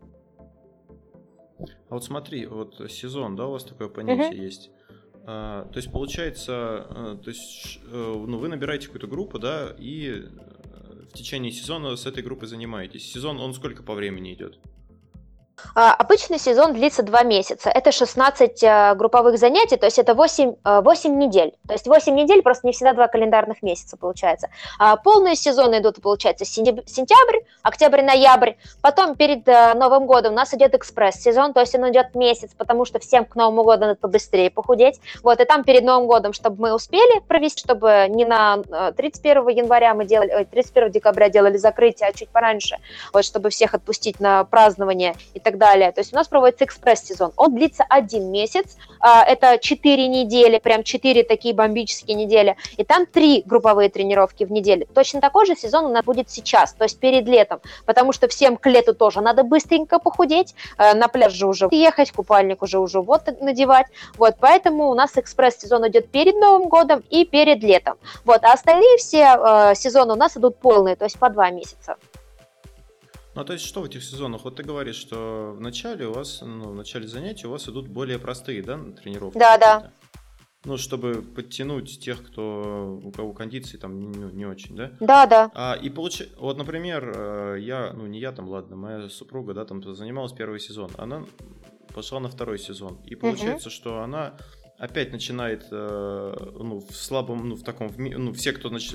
А вот смотри, вот сезон, да, у вас такое понятие Мгм. есть. А, то есть получается, а, то есть, ш- э, ну, вы набираете какую-то группу, да, и э, в течение сезона с этой группой занимаетесь. Сезон, он сколько по времени идет? А, Обычный сезон длится два месяца. Это шестнадцать э, групповых занятий, то есть это восемь, э, восемь недель. То есть восемь недель, просто не всегда два календарных месяца получается. А полные сезоны идут, получается, сентябрь, сентябрь, октябрь, ноябрь. Потом перед э, Новым годом у нас идет экспресс-сезон, то есть он идет месяц, потому что всем к Новому году надо побыстрее похудеть. Вот, и там перед Новым годом, чтобы мы успели провести, чтобы не на э, тридцать первого января мы делали, ой, тридцать первого декабря делали закрытие, а чуть пораньше, вот, чтобы всех отпустить на празднование и так так далее. То есть у нас проводится экспресс-сезон. Он длится один месяц, это четыре недели, прям четыре такие бомбические недели, и там три групповые тренировки в неделю. Точно такой же сезон у нас будет сейчас, то есть перед летом, потому что всем к лету тоже надо быстренько похудеть, на пляж же уже ехать, купальник уже уже вот надевать, вот, поэтому у нас экспресс-сезон идет перед Новым годом и перед летом, вот, а остальные все э, сезоны у нас идут полные, то есть по два месяца. Ну, то есть что в этих сезонах? Вот ты говоришь, что в начале у вас, ну, в начале занятий у вас идут более простые, да, тренировки? Да, да. Ну, чтобы подтянуть тех, кто, у кого кондиции там не, не очень, да? Да, да. А, и получ... Вот, например, я, ну, не я там, ладно, моя супруга, да, там занималась первый сезон, она пошла на второй сезон, и получается, угу. что она опять начинает, ну, в слабом, ну, в таком, ну, все, кто, нач...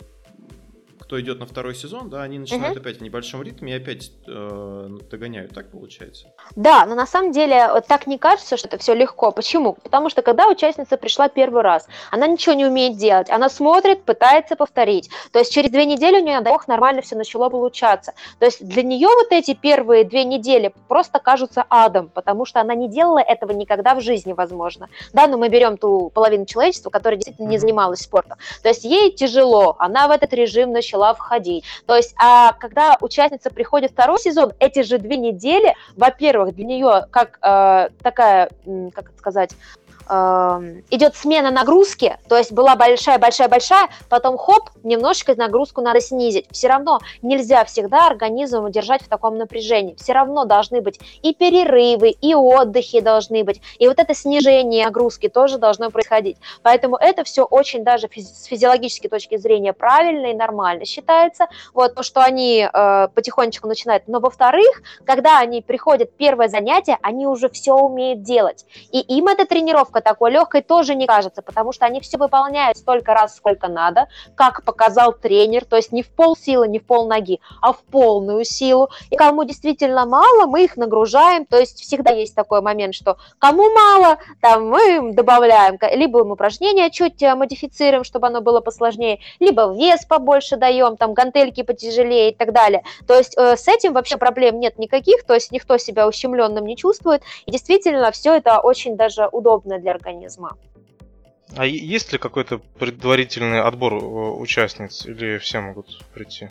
кто идет на второй сезон, да, они начинают uh-huh. опять в небольшом ритме и опять э, догоняют, так получается? Да, но на самом деле вот так не кажется, что это все легко. Почему? Потому что когда участница пришла первый раз, она ничего не умеет делать, она смотрит, пытается повторить. То есть через две недели у нее, дай бог, нормально все начало получаться. То есть для нее вот эти первые две недели просто кажутся адом, потому что она не делала этого никогда в жизни, возможно. Да, но мы берем ту половину человечества, которая действительно не занималась спортом. То есть ей тяжело, она в этот режим начала входить. То есть, а когда участница приходит в второй сезон, эти же две недели, во-первых, для нее как э, такая, как это сказать, идет смена нагрузки, то есть была большая-большая-большая, потом хоп, немножечко нагрузку надо снизить. Все равно нельзя всегда организм удержать в таком напряжении. Все равно должны быть и перерывы, и отдыхи должны быть, и вот это снижение нагрузки тоже должно происходить. Поэтому это все очень даже с физиологической точки зрения правильно и нормально считается. Вот то, что они э, потихонечку начинают. Но во-вторых, когда они приходят первое занятие, они уже все умеют делать. И им эта тренировка такой легкой тоже не кажется, потому что они все выполняют столько раз, сколько надо, как показал тренер, то есть не в полсилы, не в полноги, а в полную силу. И кому действительно мало, мы их нагружаем, то есть всегда есть такой момент, что кому мало, там мы добавляем, либо им упражнения чуть модифицируем, чтобы оно было посложнее, либо вес побольше даем, там гантельки потяжелее и так далее. То есть э, с этим вообще проблем нет никаких, то есть никто себя ущемленным не чувствует, и действительно все это очень даже удобно для организма. А есть ли какой-то предварительный отбор участниц или все могут прийти?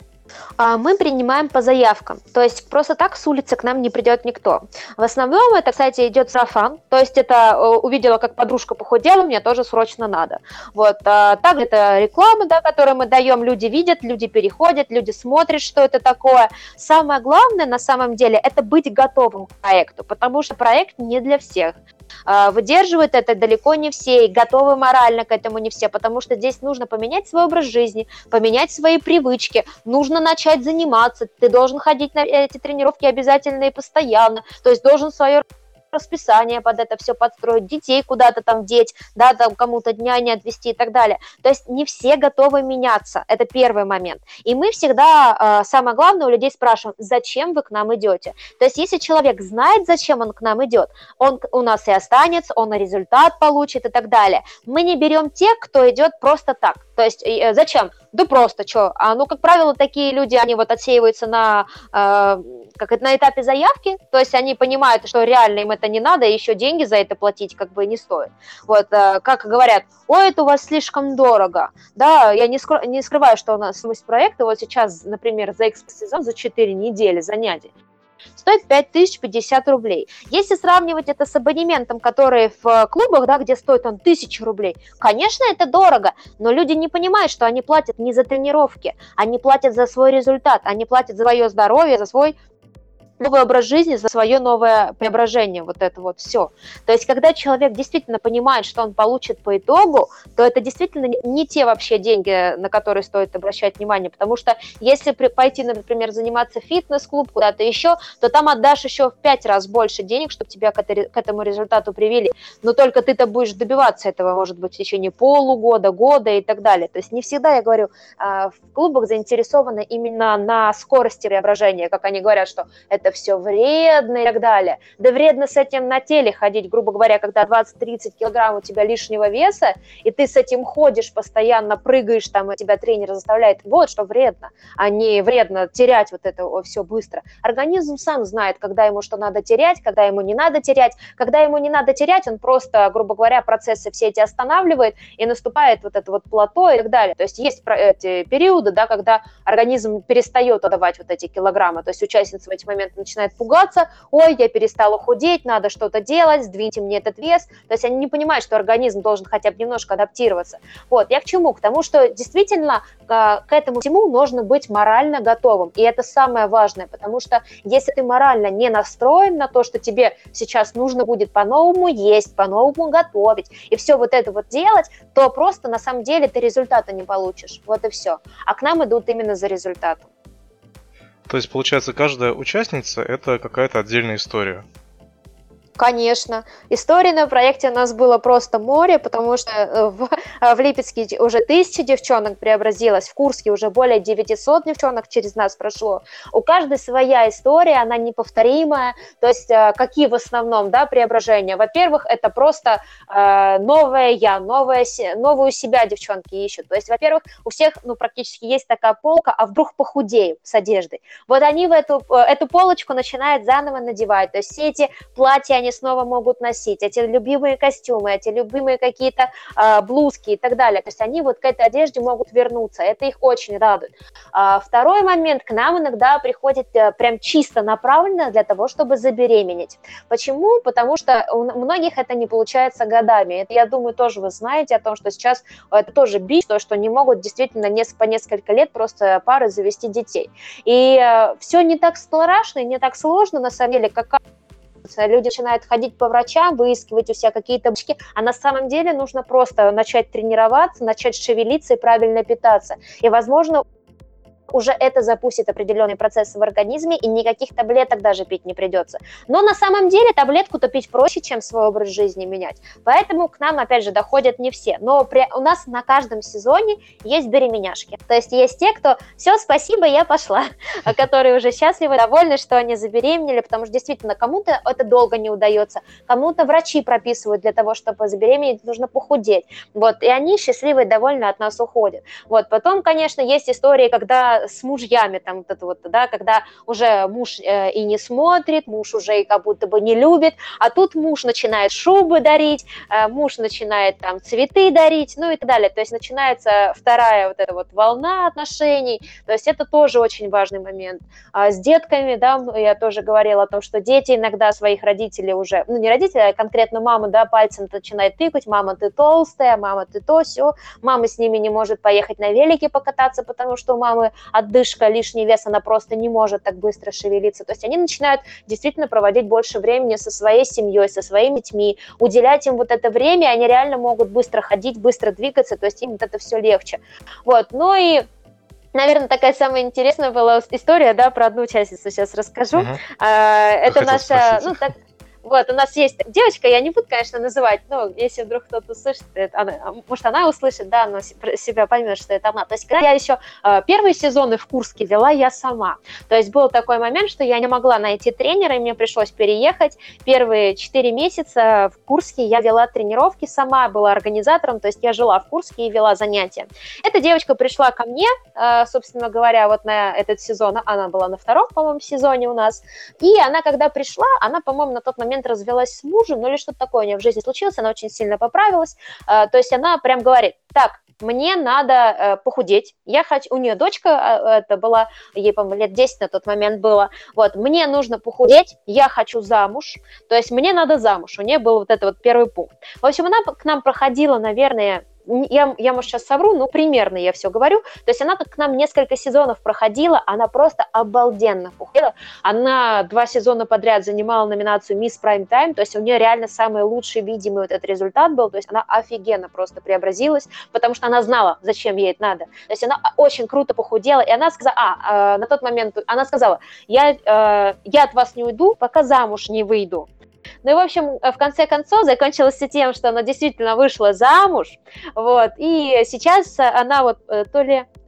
Мы принимаем по заявкам, то есть просто так с улицы к нам не придет никто. В основном это, кстати, идет сарафан, то есть это увидела, как подружка похудела, мне тоже срочно надо. Вот. Также это реклама, да, которую мы даем, люди видят, люди переходят, люди смотрят, что это такое. Самое главное на самом деле это быть готовым к проекту, потому что проект не для всех. Выдерживают это далеко не все, и готовы морально к этому не все, потому что здесь нужно поменять свой образ жизни, поменять свои привычки, нужно начать заниматься, ты должен ходить на эти тренировки обязательно и постоянно, то есть должен свое расписание под это все подстроить, детей куда-то там деть, да, там кому-то дня не отвести и так далее. То есть не все готовы меняться, это первый момент. И мы всегда, самое главное, у людей спрашиваем, зачем вы к нам идете? То есть если человек знает, зачем он к нам идет, он у нас и останется, он и результат получит и так далее. Мы не берем тех, кто идет просто так. То есть зачем? Да просто, что? А, ну, как правило, такие люди, они вот отсеиваются на, э, как это, на этапе заявки, то есть они понимают, что реально им это не надо, и еще деньги за это платить как бы не стоит. Вот, э, как говорят, ой, это у вас слишком дорого. Да, я не, скры- не скрываю, что у нас стоимость проекта, вот сейчас, например, за экспресс-сезон, за четыре недели занятий, стоит пять тысяч пятьдесят рублей. Если сравнивать это с абонементом, который в клубах, да, где стоит он тысячу рублей, конечно, это дорого, но люди не понимают, что они платят не за тренировки, они платят за свой результат, они платят за свое здоровье, за свой новый образ жизни, за свое новое преображение, вот это вот все. То есть, когда человек действительно понимает, что он получит по итогу, то это действительно не те вообще деньги, на которые стоит обращать внимание, потому что если пойти, например, заниматься в фитнес-клуб, куда-то еще, то там отдашь еще в пять раз больше денег, чтобы тебя к этому результату привели, но только ты-то будешь добиваться этого, может быть, в течение полугода, года и так далее. То есть не всегда, я говорю, в клубах заинтересованы именно на скорости преображения, как они говорят, что это это все вредно и так далее. Да вредно с этим на теле ходить, грубо говоря, когда двадцать-тридцать килограмм у тебя лишнего веса, и ты с этим ходишь постоянно, прыгаешь там, и тебя тренер заставляет. Вот что вредно, а не вредно терять вот это все быстро. Организм сам знает, когда ему что надо терять, когда ему не надо терять. Когда ему не надо терять, он просто, грубо говоря, процессы все эти останавливает, и наступает вот это вот плато и так далее. То есть есть эти периоды, да, когда организм перестает отдавать вот эти килограммы. То есть участница в эти моменты начинает пугаться: ой, я перестала худеть, надо что-то делать, сдвиньте мне этот вес. То есть они не понимают, что организм должен хотя бы немножко адаптироваться. Вот, я к чему? К тому, что действительно к этому всему нужно быть морально готовым. И это самое важное, потому что если ты морально не настроен на то, что тебе сейчас нужно будет по-новому есть, по-новому готовить, и все вот это вот делать, то просто на самом деле ты результата не получишь. Вот и все. А к нам идут именно за результатом. То есть, получается, каждая участница – это какая-то отдельная история? Конечно. Историй на проекте у нас было просто море, потому что в, в Липецке уже тысяча девчонок преобразилось, в Курске уже более девятьсот девчонок через нас прошло. У каждой своя история, она неповторимая. То есть какие в основном, да, преображения? Во-первых, это просто э, новое я, новое, новую себя девчонки ищут. То есть, во-первых, у всех, ну, практически есть такая полка, а вдруг похудею с одеждой. Вот они в эту, эту полочку начинают заново надевать. То есть все эти платья, они снова могут носить, эти любимые костюмы, эти любимые какие-то э, блузки и так далее. То есть они вот к этой одежде могут вернуться, это их очень радует. А, второй момент, к нам иногда приходит э, прям чисто направленно для того, чтобы забеременеть. Почему? Потому что у многих это не получается годами. Это, я думаю, тоже вы знаете о том, что сейчас это тоже бич, то, что не могут действительно не, по несколько лет просто пары завести детей. И э, все не так страшно и не так сложно, на самом деле, как люди начинают ходить по врачам, выискивать у себя какие-то бочки, а на самом деле нужно просто начать тренироваться, начать шевелиться и правильно питаться. И, возможно, уже это запустит определенные процессы в организме, и никаких таблеток даже пить не придется. Но на самом деле таблетку-то пить проще, чем свой образ жизни менять. Поэтому к нам, опять же, доходят не все. Но при... у нас на каждом сезоне есть беременяшки. То есть есть те, кто «все, спасибо, я пошла», которые уже счастливы, довольны, что они забеременели, потому что действительно кому-то это долго не удается, кому-то врачи прописывают для того, чтобы забеременеть, нужно похудеть. Вот, и они счастливы и довольны от нас уходят. Вот, потом, конечно, есть истории, когда с мужьями, там, вот это вот, да, когда уже муж э, и не смотрит, муж уже и как будто бы не любит, а тут муж начинает шубы дарить, э, муж начинает там цветы дарить, ну и так далее. То есть начинается вторая вот эта вот волна отношений, то есть это тоже очень важный момент. А с детками, да, я тоже говорила о том, что дети иногда своих родителей уже, ну не родителей, а конкретно маму, да, пальцем начинает тыкать: мама, ты толстая, мама, ты то, сё, мама с ними не может поехать на велике покататься, потому что у мамы отдышка, лишний вес, она просто не может так быстро шевелиться. То есть они начинают действительно проводить больше времени со своей семьей, со своими детьми, уделять им вот это время, и они реально могут быстро ходить, быстро двигаться, то есть им вот это все легче. Вот, ну и наверное, такая самая интересная была история, да, про одну участницу сейчас расскажу. Угу. А, это наша, спросить. ну так. Вот, у нас есть девочка, я не буду, конечно, называть, но если вдруг кто-то услышит, это она, может, она услышит, да, она себя поймет, что это она. То есть, когда я еще э, первые сезоны в Курске вела я сама. То есть, был такой момент, что я не могла найти тренера, и мне пришлось переехать. Первые четыре месяца в Курске я вела тренировки сама, была организатором, то есть, я жила в Курске и вела занятия. Эта девочка пришла ко мне, э, собственно говоря, вот на этот сезон, она была на втором, по-моему, сезоне у нас, и она, когда пришла, она, по-моему, на тот момент развелась с мужем, ну или что-то такое у нее в жизни случилось, она очень сильно поправилась, то есть она прям говорит: так, мне надо похудеть, я хочу, у нее дочка, это была, ей, по-моему, лет десять на тот момент было, вот, мне нужно похудеть, я хочу замуж, то есть мне надо замуж, у нее был вот этот вот первый пункт. В общем, она к нам проходила, наверное, Я, я, может, сейчас совру, но примерно я все говорю. То есть она к нам несколько сезонов проходила, она просто обалденно похудела. Она два сезона подряд занимала номинацию Мисс Prime Time, то есть у нее реально самый лучший видимый вот этот результат был. То есть она офигенно просто преобразилась, потому что она знала, зачем ей это надо. То есть она очень круто похудела, и она сказала, а, э, на тот момент она сказала: я, э, я от вас не уйду, пока замуж не выйду. Ну и, в общем, в конце концов, закончилось все тем, что она действительно вышла замуж, вот, и сейчас она вот то ли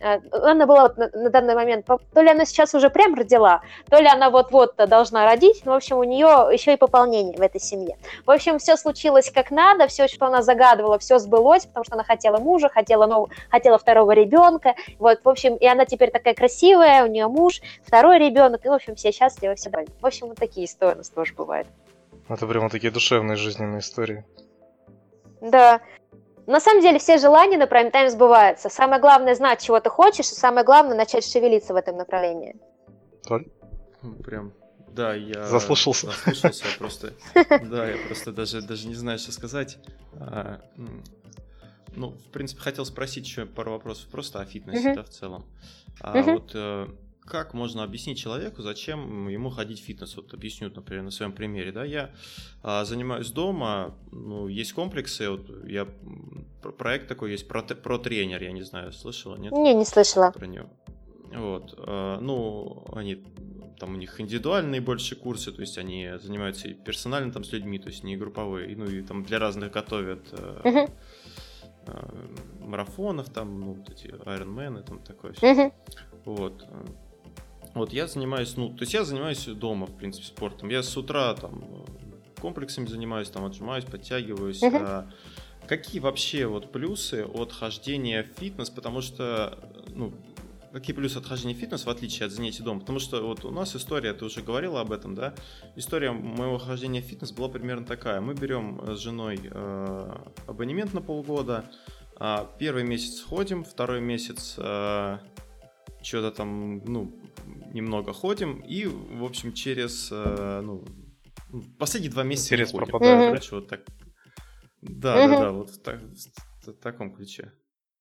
Анна была вот на, на данный момент, то ли она сейчас уже прям родила, то ли она вот-вот должна родить, но, в общем, у нее еще и пополнение в этой семье. В общем, все случилось как надо, все, что она загадывала, все сбылось, потому что она хотела мужа, хотела, нов... хотела второго ребенка, вот, в общем, и она теперь такая красивая, у нее муж, второй ребенок, и, в общем, все счастливы, все довольны. В общем, вот такие истории у нас тоже бывают. Это прямо такие душевные жизненные истории. Да. На самом деле все желания на прайм-тайм сбываются. Самое главное знать, чего ты хочешь, и самое главное начать шевелиться в этом направлении. Толь? Прям, да, я... Заслушался. Заслушался, я просто... Да, я просто даже, даже не знаю, что сказать. А, ну, в принципе, хотел спросить еще пару вопросов просто о фитнесе, uh-huh. да, в целом. А uh-huh. вот э, как можно объяснить человеку, зачем ему ходить в фитнес? Вот объясню, например, на своем примере, да, я а, занимаюсь дома, ну, есть комплексы, вот я, проект такой есть, про, про тренер, я не знаю, слышала, нет? Не, не слышала. Про него. Вот, а, ну, они, там у них индивидуальные больше курсы, то есть они занимаются и персонально там с людьми, то есть не групповые, ну, и там для разных готовят uh-huh. а, марафонов, там, ну, вот эти айронмены, там такое все. Uh-huh. Вот. Вот я занимаюсь, ну, то есть я занимаюсь дома, в принципе, спортом. Я с утра там комплексами занимаюсь, там отжимаюсь, подтягиваюсь. Uh-huh. А какие вообще вот плюсы от хождения в фитнес? Потому что, ну, какие плюсы от хождения в фитнес, в отличие от занятий дома? Потому что вот у нас история, ты уже говорила об этом, да? История моего хождения в фитнес была примерно такая. Мы берем с женой э, абонемент на полгода. Э, первый месяц ходим, второй месяц... Э, что-то там, ну, немного ходим, и, в общем, через, э, ну, последние два месяца интерес ходим. пропадает. Короче, вот так. Да, mm-hmm. да, да, вот в, так, в, в таком ключе.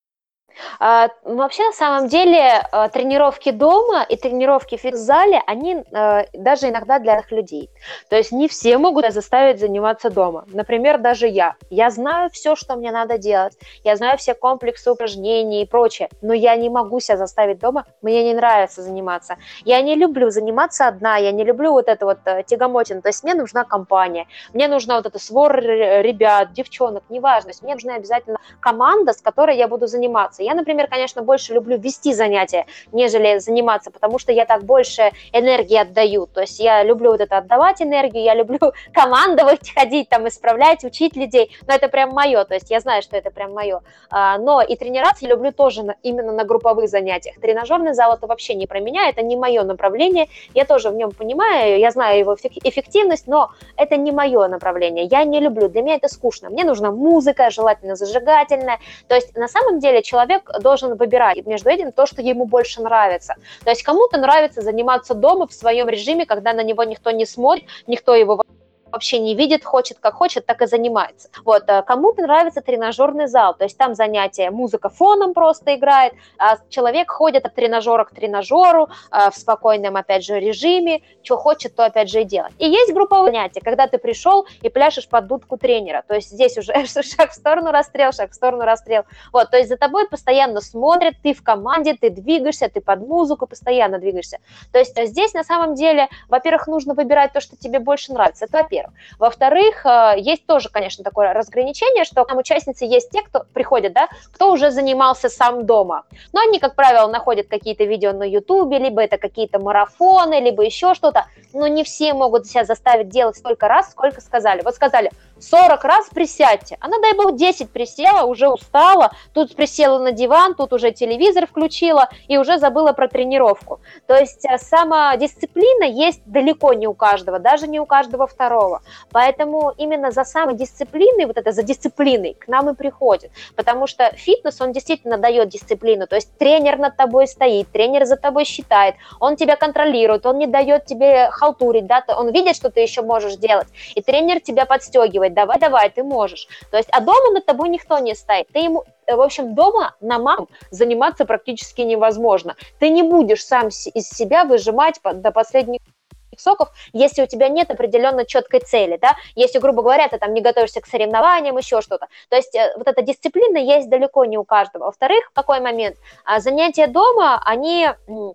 А, вообще, на самом деле, тренировки дома и тренировки в фитнес-зале, они а, даже иногда для их людей. То есть не все могут заставить заниматься дома. Например, даже я. Я знаю все, что мне надо делать. Я знаю все комплексы упражнений и прочее. Но я не могу себя заставить дома. Мне не нравится заниматься. Я не люблю заниматься одна. Я не люблю вот это вот тягомотину. То есть мне нужна компания. Мне нужна вот эта свора ребят, девчонок, неважно. То есть мне нужна обязательно команда, с которой я буду заниматься. Я, например, конечно, больше люблю вести занятия, нежели заниматься, потому что я так больше энергии отдаю. То есть я люблю вот это отдавать энергию, я люблю командовать, ходить, там, исправлять, учить людей. Но это прям мое, то есть я знаю, что это прям мое. Но и тренироваться я люблю тоже на, именно на групповых занятиях. Тренажерный зал — это вообще не про меня, это не мое направление. Я тоже в нем понимаю, я знаю его эффективность, но это не мое направление. Я не люблю, для меня это скучно. Мне нужна музыка, желательно зажигательная. То есть на самом деле человек должен выбирать между этим то, что ему больше нравится. То есть кому-то нравится заниматься дома в своем режиме, когда на него никто не смотрит, никто его вообще не видит, хочет как хочет, так и занимается. Вот, кому-то нравится тренажерный зал, то есть там занятия, музыка фоном просто играет, а человек ходит от тренажера к тренажеру в спокойном, опять же, режиме, что хочет, то опять же и делать. И есть групповые занятия, когда ты пришел и пляшешь под дудку тренера, то есть здесь уже шаг в сторону расстрел, шаг в сторону расстрел. Вот, то есть за тобой постоянно смотрят, ты в команде, ты двигаешься, ты под музыку постоянно двигаешься. То есть здесь на самом деле, во-первых, нужно выбирать то, что тебе больше нравится, это во-первых. Во-вторых, есть тоже, конечно, такое разграничение, что там участницы есть те, кто приходят, да, кто уже занимался сам дома. Но они, как правило, находят какие-то видео на Ютубе, либо это какие-то марафоны, либо еще что-то. Но не все могут себя заставить делать столько раз, сколько сказали. Вот сказали, сорок раз присядьте. Она, дай бог, десять присела, уже устала, тут присела на диван, тут уже телевизор включила и уже забыла про тренировку. То есть самодисциплина есть далеко не у каждого, даже не у каждого второго. Поэтому именно за самодисциплиной, вот это за дисциплиной к нам и приходит. Потому что фитнес, он действительно дает дисциплину. То есть тренер над тобой стоит, тренер за тобой считает, он тебя контролирует, он не дает тебе халтурить, да, он видит, что ты еще можешь делать, и тренер тебя подстегивает, давай, давай, ты можешь. То есть, а дома над тобой никто не стоит. Ты ему, в общем, дома на маму заниматься практически невозможно. Ты не будешь сам из себя выжимать до последних соков, если у тебя нет определенно четкой цели, да, если, грубо говоря, ты там не готовишься к соревнованиям, еще что-то. То есть вот эта дисциплина есть далеко не у каждого. Во-вторых, какой момент? Занятия дома, они...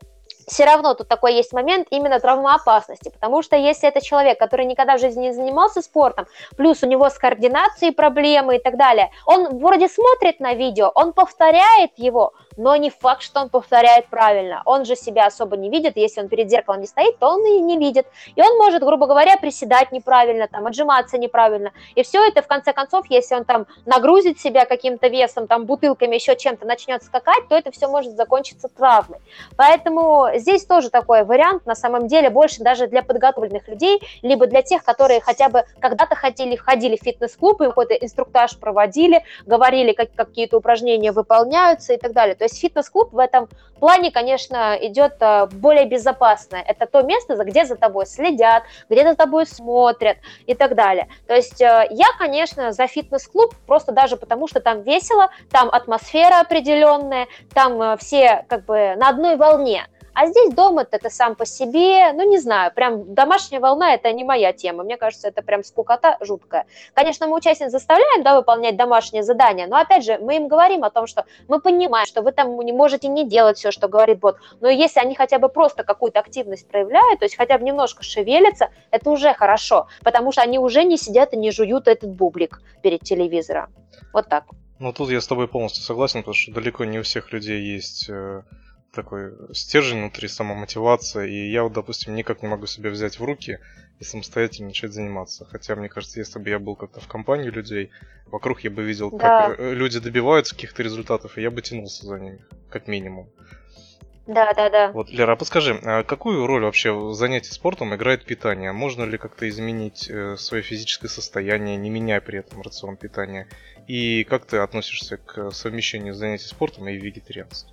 Все равно тут такой есть момент именно травмоопасности, потому что если это человек, который никогда в жизни не занимался спортом, плюс у него с координацией проблемы и так далее, он вроде смотрит на видео, он повторяет его, но не факт, что он повторяет правильно. Он же себя особо не видит, если он перед зеркалом не стоит, то он и не видит. И он может, грубо говоря, приседать неправильно, там, отжиматься неправильно. И все это, в конце концов, если он там нагрузит себя каким-то весом, там, бутылками, еще чем-то, начнет скакать, то это все может закончиться травмой. Поэтому здесь тоже такой вариант, на самом деле, больше даже для подготовленных людей, либо для тех, которые хотя бы когда-то ходили, ходили в фитнес-клуб, и какой-то инструктаж проводили, говорили, как какие-то упражнения выполняются и так далее. То есть фитнес-клуб в этом плане, конечно, идет более безопасно. Это то место, где за тобой следят, где за тобой смотрят и так далее. То есть я, конечно, за фитнес-клуб просто даже потому, что там весело, там атмосфера определенная, там все как бы на одной волне. А здесь дома-то ты сам по себе, ну, не знаю, прям домашняя волна – это не моя тема. Мне кажется, это прям скукота жуткая. Конечно, мы участниц заставляем, да, выполнять домашние задания, но, опять же, мы им говорим о том, что мы понимаем, что вы там не можете не делать все, что говорит бот, но если они хотя бы просто какую-то активность проявляют, то есть хотя бы немножко шевелятся, это уже хорошо, потому что они уже не сидят и не жуют этот бублик перед телевизором. Вот так. Ну, тут я с тобой полностью согласен, потому что далеко не у всех людей есть такой стержень внутри, самомотивация, и я вот, допустим, никак не могу себя взять в руки и самостоятельно начать заниматься. Хотя, мне кажется, если бы я был как-то в компании людей, вокруг я бы видел, да. как люди добиваются каких-то результатов, и я бы тянулся за ними, как минимум. Да, да, да. Вот, Лера, а подскажи, а какую роль вообще в занятии спортом играет питание? Можно ли как-то изменить э, свое физическое состояние, не меняя при этом рацион питания? И как ты относишься к совмещению занятий спортом и вегетарианства?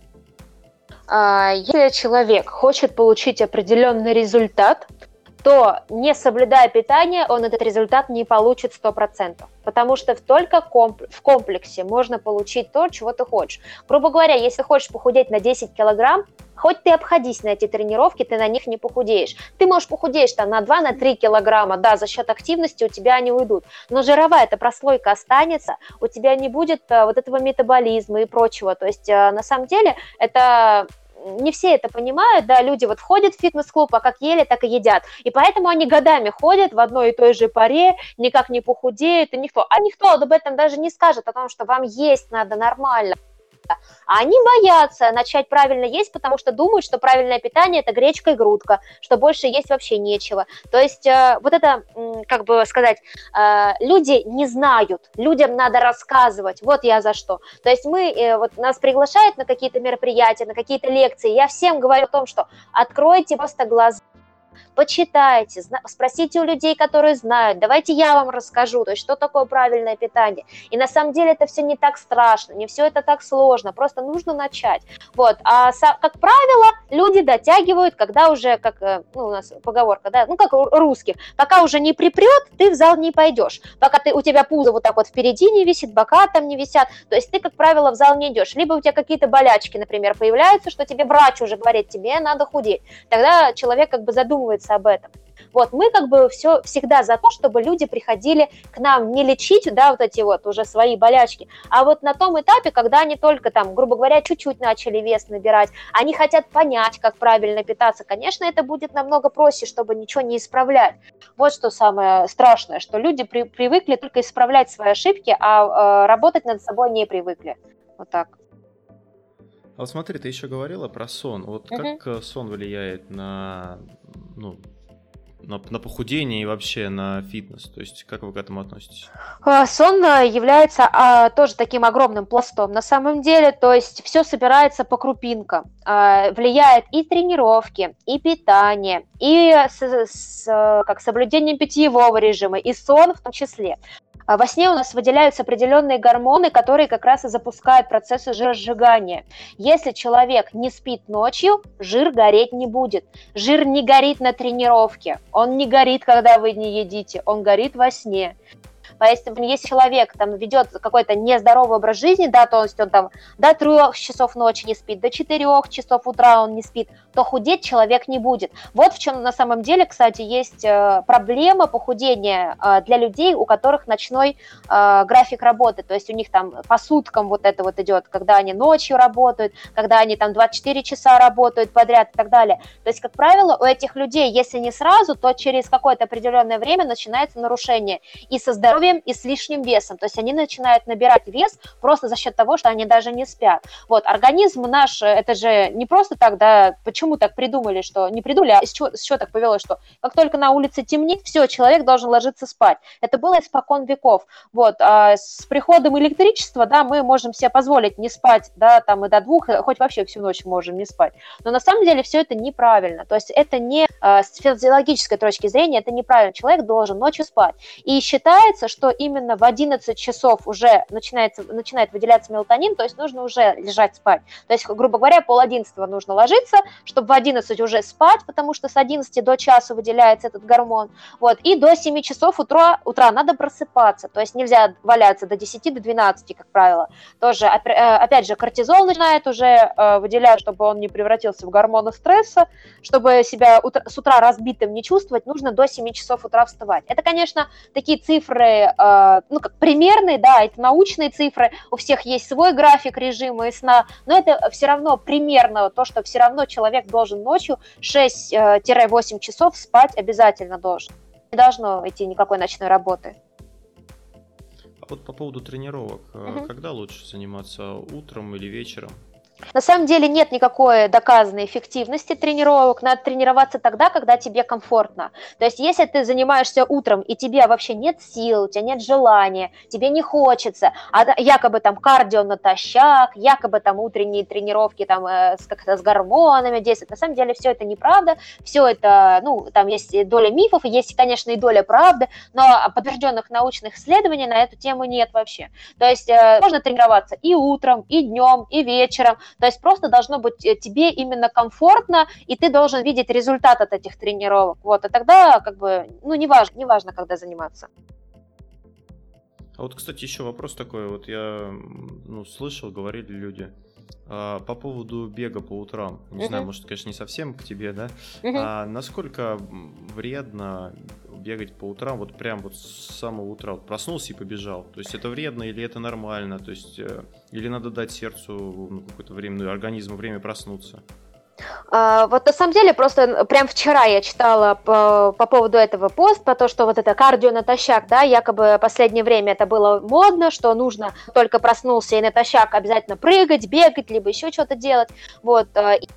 Если человек хочет получить определенный результат, то, не соблюдая питание, он этот результат не получит сто процентов. Потому что только в комплексе можно получить то, чего ты хочешь. Грубо говоря, если хочешь похудеть на десять килограмм, хоть ты обходись на эти тренировки, ты на них не похудеешь. Ты, можешь, похудеешь там на два-три килограмма, да, за счет активности у тебя они уйдут. Но жировая эта прослойка останется, у тебя не будет а, вот этого метаболизма и прочего. То есть, а, на самом деле, это... Не все это понимают, да, люди вот ходят в фитнес-клуб, а как ели, так и едят. И поэтому они годами ходят в одной и той же паре, никак не похудеют, и никто. А никто об этом даже не скажет, о том, что вам есть надо нормально. А они боятся начать правильно есть, потому что думают, что правильное питание – это гречка и грудка, что больше есть вообще нечего. То есть э, вот это, как бы сказать, э, люди не знают, людям надо рассказывать, вот я за что. То есть мы, э, вот нас приглашают на какие-то мероприятия, на какие-то лекции, я всем говорю о том, что откройте просто глаза, почитайте, спросите у людей, которые знают, давайте я вам расскажу, то есть что такое правильное питание. И на самом деле это все не так страшно, не все это так сложно, просто нужно начать. Вот. А как правило, люди дотягивают, когда уже, как ну, у нас поговорка, да, ну как у русских, пока уже не припрет, ты в зал не пойдешь. Пока ты, у тебя пузо вот так вот впереди не висит, бока там не висят, то есть ты, как правило, в зал не идешь. Либо у тебя какие-то болячки, например, появляются, что тебе врач уже говорит, тебе надо худеть. Тогда человек как бы задумывается об этом. Вот, мы как бы все всегда за то, чтобы люди приходили к нам не лечить, да, вот эти вот уже свои болячки, а вот на том этапе, когда они только там, грубо говоря, чуть-чуть начали вес набирать, они хотят понять, как правильно питаться. Конечно, это будет намного проще, чтобы ничего не исправлять. Вот что самое страшное, что люди при, привыкли только исправлять свои ошибки, а э, работать над собой не привыкли. Вот так. А вот смотри, ты еще говорила про сон. Вот uh-huh. как сон влияет на, ну, на, на похудение и вообще на фитнес? То есть как вы к этому относитесь? Сон является а, тоже таким огромным пластом на самом деле. То есть все собирается по крупинкам. А, влияет и тренировки, и питание, и с, с, как соблюдение питьевого режима, и сон в том числе. Во сне у нас выделяются определенные гормоны, которые как раз и запускают процессы жиросжигания. Если человек не спит ночью, жир гореть не будет. Жир не горит на тренировке, он не горит, когда вы не едите, он горит во сне. Поэтому если человек там ведет какой-то нездоровый образ жизни, да, то есть он там до трех часов ночи не спит, до четырех часов утра он не спит, то худеть человек не будет. Вот в чем на самом деле, кстати, есть проблема похудения для людей, у которых ночной график работы, то есть у них там по суткам вот это вот идет, когда они ночью работают, когда они там двадцать четыре часа работают подряд и так далее. То есть, как правило, у этих людей, если не сразу, то через какое-то определенное время начинается нарушение и со здоровьем здоровьем и с лишним весом. То есть они начинают набирать вес просто за счет того, что они даже не спят. Вот, организм наш, это же не просто так, да, почему так придумали, что не придумали, а с чего, с чего так повелось, что как только на улице темнеет, все, человек должен ложиться спать. Это было испокон веков. Вот, а с приходом электричества, да, мы можем себе позволить не спать, да, там и до двух, хоть вообще всю ночь можем не спать. Но на самом деле все это неправильно. То есть это не э, с физиологической точки зрения, это неправильно. Человек должен ночью спать. И считается, что именно в одиннадцать часов уже начинается, начинает выделяться мелатонин, то есть нужно уже лежать спать. То есть, грубо говоря, пол одиннадцатого нужно ложиться, чтобы в одиннадцать уже спать, потому что с одиннадцати до часа выделяется этот гормон. Вот, и до семи часов утра, утра надо просыпаться. То есть нельзя валяться до десяти, до двенадцати, как правило. Тоже, опять же, кортизол начинает уже выделять, чтобы он не превратился в гормоны стресса, чтобы себя с утра разбитым не чувствовать, нужно до семи часов утра вставать. Это, конечно, такие цифры, ну, как примерные, да, это научные цифры, у всех есть свой график режима и сна, но это все равно примерно то, что все равно человек должен ночью шесть-восемь часов спать обязательно должен. Не должно идти никакой ночной работы. А вот по поводу тренировок, угу. Когда лучше заниматься, утром или вечером? На самом деле нет никакой доказанной эффективности тренировок. Надо тренироваться тогда, когда тебе комфортно. То есть если ты занимаешься утром, и тебе вообще нет сил, у тебя нет желания, тебе не хочется, а якобы там кардио натощак, якобы там утренние тренировки там э, с, как-то с гормонами действуют. На самом деле все это неправда, все это, ну, там есть доля мифов, есть, конечно, и доля правды, но подтвержденных научных исследований на эту тему нет вообще. То есть э, можно тренироваться и утром, и днем, и вечером. То есть просто должно быть тебе именно комфортно, и ты должен видеть результат от этих тренировок. Вот, и тогда, как бы, ну, неважно, неважно, когда заниматься. А вот, кстати, еще вопрос такой. Вот я, ну, слышал, говорили люди а, по поводу бега по утрам. Не uh-huh. знаю, может, конечно, не совсем к тебе, да? Uh-huh. А насколько вредно бегать по утрам, вот прям вот с самого утра, вот проснулся и побежал? То есть это вредно или это нормально? То есть или надо дать сердцу, ну, какое-то время, ну, организму время проснуться? А, вот на самом деле, просто прям вчера я читала по, по поводу этого пост, про то, что вот это кардио натощак, да, якобы в последнее время это было модно, что нужно только проснулся и натощак обязательно прыгать, бегать, либо еще что-то делать, вот, и,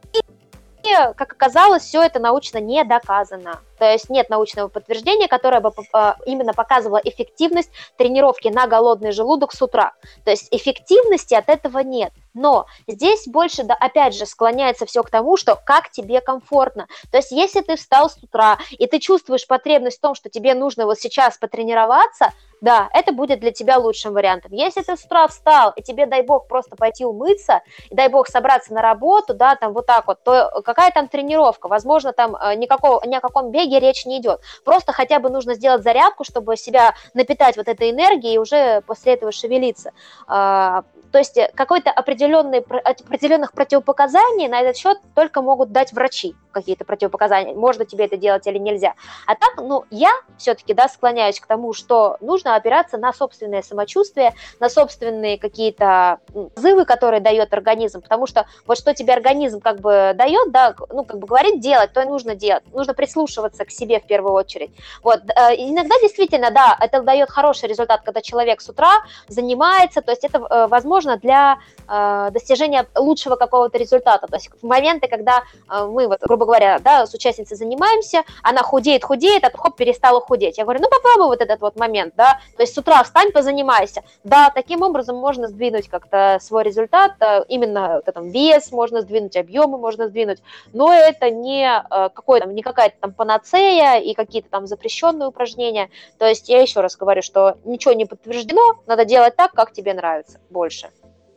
и, как оказалось, все это научно не доказано. То есть нет научного подтверждения, которое бы именно показывало эффективность тренировки на голодный желудок с утра. То есть эффективности от этого нет. Но здесь больше, да, опять же, склоняется все к тому, что как тебе комфортно. То есть если ты встал с утра, и ты чувствуешь потребность в том, что тебе нужно вот сейчас потренироваться, да, это будет для тебя лучшим вариантом. Если ты с утра встал, и тебе, дай бог, просто пойти умыться, и дай бог собраться на работу, да, там вот так вот, то какая там тренировка? Возможно, там никакого, ни о каком беге речь не идет. Просто хотя бы нужно сделать зарядку, чтобы себя напитать вот этой энергией и уже после этого шевелиться. То есть какой-то определенный, определенных противопоказаний на этот счет только могут дать врачи, какие-то противопоказания, можно тебе это делать или нельзя. А так, ну, я все-таки, да, склоняюсь к тому, что нужно опираться на собственное самочувствие, на собственные какие-то позывы, которые дает организм, потому что вот что тебе организм как бы дает, да, ну, как бы говорит делать, то и нужно делать, нужно прислушиваться к себе в первую очередь. Вот, иногда действительно, да, это дает хороший результат, когда человек с утра занимается, то есть это возможно для э, достижения лучшего какого-то результата. То есть в моменты, когда э, мы, вот, грубо говоря, да, с участницей занимаемся, она худеет, худеет, а хоп, перестала худеть. Я говорю, ну попробуй вот этот вот момент, да, то есть с утра встань, позанимайся. Да, таким образом можно сдвинуть как-то свой результат, э, именно вот, там, вес можно сдвинуть, объемы можно сдвинуть, но это не, э, какой, там, не какая-то там панацея и какие-то там запрещенные упражнения. То есть я еще раз говорю, что ничего не подтверждено, надо делать так, как тебе нравится больше.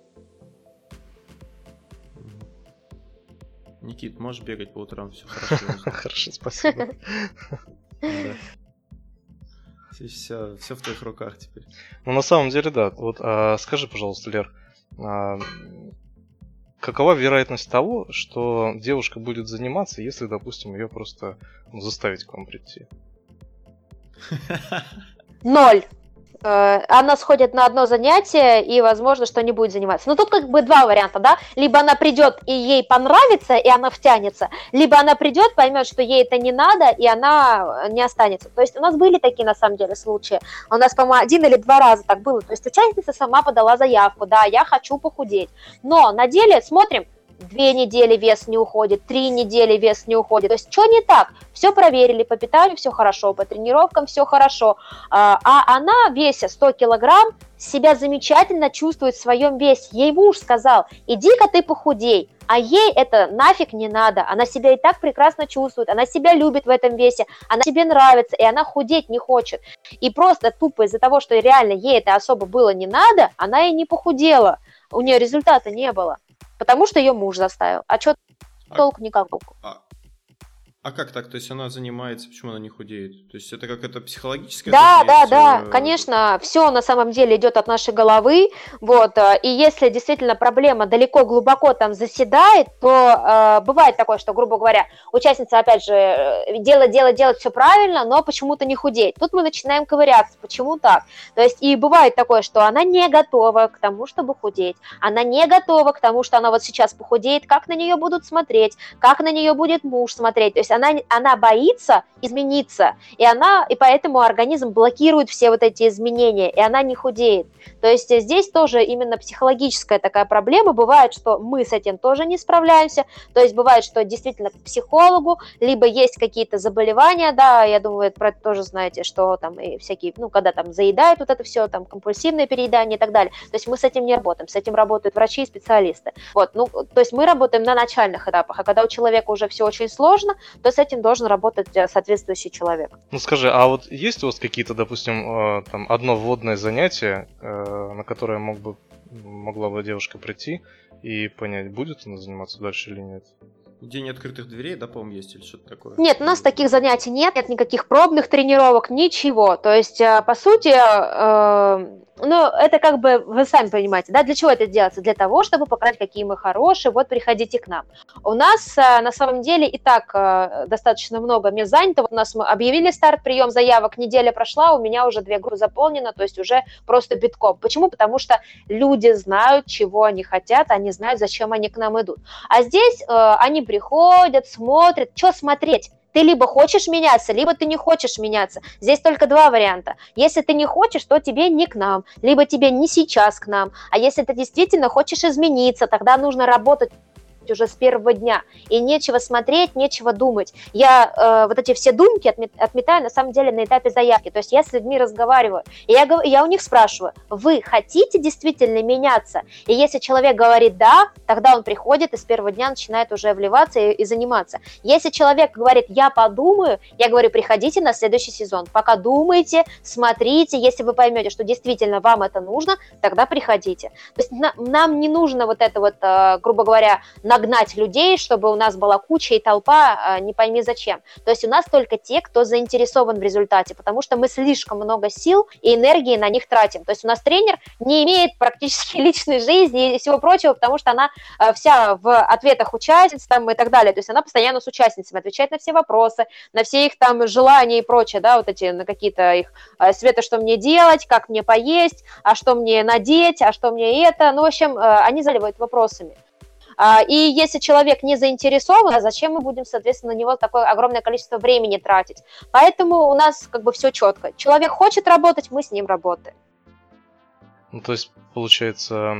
Никит, можешь бегать по утрам, все хорошо. Хорошо, спасибо. Все, все в твоих руках теперь. Ну, на самом деле, да. Вот а, скажи, пожалуйста, Лер, а, какова вероятность того, что девушка будет заниматься, если, допустим, ее просто ну, заставить к вам прийти? Ноль. э, она сходит на одно занятие и, возможно, что не будет заниматься. Но тут как бы два варианта, да? Либо она придет и ей понравится, и она втянется, либо она придет, поймет, что ей это не надо, и она не останется. То есть у нас были такие, на самом деле, случаи. У нас, по-моему, один или два раза так было. То есть участница сама подала заявку, да, я хочу похудеть. Но на деле смотрим, две недели вес не уходит, три недели вес не уходит. То есть что не так? Все проверили, по питанию все хорошо, по тренировкам все хорошо. А она, веся сто килограмм, себя замечательно чувствует в своем весе. Ей муж сказал, иди-ка ты похудей. А ей это нафиг не надо. Она себя и так прекрасно чувствует, она себя любит в этом весе, она себе нравится, и она худеть не хочет. И просто тупо из-за того, что реально ей это особо было не надо, она и не похудела. У нее результата не было. Потому что ее муж заставил. А что А, толку никакого? а, а как так? То есть она занимается, почему она не худеет? То есть это как это психологическое? Да, тоже да, есть, да, э, конечно, все на самом деле идет от нашей головы, вот, э, и если действительно проблема далеко, глубоко там заседает, то э, бывает такое, что, грубо говоря, участница, опять же, э, делает, делает, делает все правильно, но почему-то не худеет. Тут мы начинаем ковыряться, почему так? То есть и бывает такое, что она не готова к тому, чтобы худеть, она не готова к тому, что она вот сейчас похудеет, как на нее будут смотреть, как на нее будет муж смотреть, то есть она, она боится измениться, и она, и поэтому организм блокирует все вот эти изменения, и она не худеет. То есть здесь тоже именно психологическая такая проблема. Бывает, что мы с этим тоже не справляемся, то есть бывает, что действительно к психологу, либо есть какие-то заболевания, да, я думаю, про это тоже знаете, что там и всякие, ну, когда там заедают вот это все, там компульсивное переедание и так далее. То есть мы с этим не работаем, с этим работают врачи и специалисты. Вот, ну, то есть мы работаем на начальных этапах, а когда у человека уже все очень сложно, то с этим должен работать соответствующий человек. Ну скажи, а вот есть у вас какие-то, допустим, э, там одно вводное занятие, э, на которое мог бы, могла бы девушка прийти и понять, будет она заниматься дальше или нет? День открытых дверей, да, по-моему, есть или что-то такое? Нет, у нас таких занятий нет, нет никаких пробных тренировок, ничего. То есть, по сути, э, ну, это как бы, вы сами понимаете, да, для чего это делается? Для того, чтобы показать, какие мы хорошие, вот приходите к нам. У нас, на самом деле, и так достаточно много мест занято. Вот у нас мы объявили старт, прием заявок, неделя прошла, у меня уже две группы заполнено, то есть уже просто битком. Почему? Потому что люди знают, чего они хотят, они знают, зачем они к нам идут. А здесь э, они приходят, смотрят. Что смотреть? Ты либо хочешь меняться, либо ты не хочешь меняться. Здесь только два варианта. Если ты не хочешь, то тебе не к нам, либо тебе не сейчас к нам. А если ты действительно хочешь измениться, тогда нужно работать уже с первого дня. И нечего смотреть, нечего думать. Я э, вот эти все думки отмет, отметаю на самом деле на этапе заявки. То есть я с людьми разговариваю, и я, я у них спрашиваю, вы хотите действительно меняться? И если человек говорит да, тогда он приходит и с первого дня начинает уже вливаться и, и заниматься. Если человек говорит, я подумаю, я говорю, приходите на следующий сезон. Пока думайте, смотрите, если вы поймете, что действительно вам это нужно, тогда приходите. То есть на, нам не нужно вот это вот, э, грубо говоря, нагнать людей, чтобы у нас была куча и толпа, не пойми зачем. То есть у нас только те, кто заинтересован в результате, потому что мы слишком много сил и энергии на них тратим. То есть у нас тренер не имеет практически личной жизни и всего прочего, потому что она вся в ответах участниц там, и так далее. То есть она постоянно с участницами отвечает на все вопросы, на все их там желания и прочее, да, вот эти, на какие-то их, Света, что мне делать, как мне поесть, а что мне надеть, а что мне это. Ну, в общем, они заливают вопросами. И если человек не заинтересован, зачем мы будем, соответственно, на него такое огромное количество времени тратить? Поэтому у нас как бы все четко. Человек хочет работать, мы с ним работаем. Ну, то есть, получается,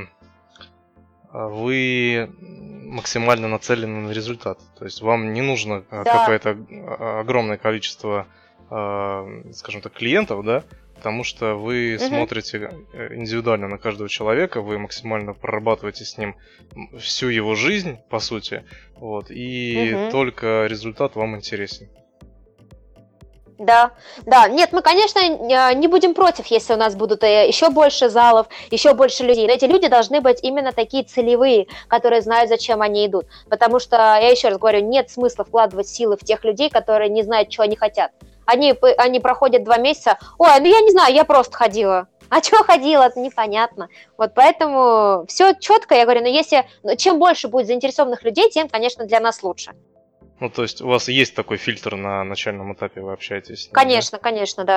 вы максимально нацелены на результат. То есть вам не нужно да. какое-то огромное количество, скажем так, клиентов, да? Потому что вы угу. смотрите индивидуально на каждого человека, вы максимально прорабатываете с ним всю его жизнь, по сути, вот, и угу. только результат вам интересен. Да, да, нет, мы, конечно, не будем против, если у нас будут еще больше залов, еще больше людей, но эти люди должны быть именно такие целевые, которые знают, зачем они идут, потому что, я еще раз говорю, нет смысла вкладывать силы в тех людей, которые не знают, что они хотят. Они, они проходят два месяца, ой, ну я не знаю, я просто ходила. А что ходила, это непонятно. Вот поэтому все четко, я говорю, но если, чем больше будет заинтересованных людей, тем, конечно, для нас лучше. Ну, то есть у вас есть такой фильтр на начальном этапе, вы общаетесь? Конечно, да? конечно, да.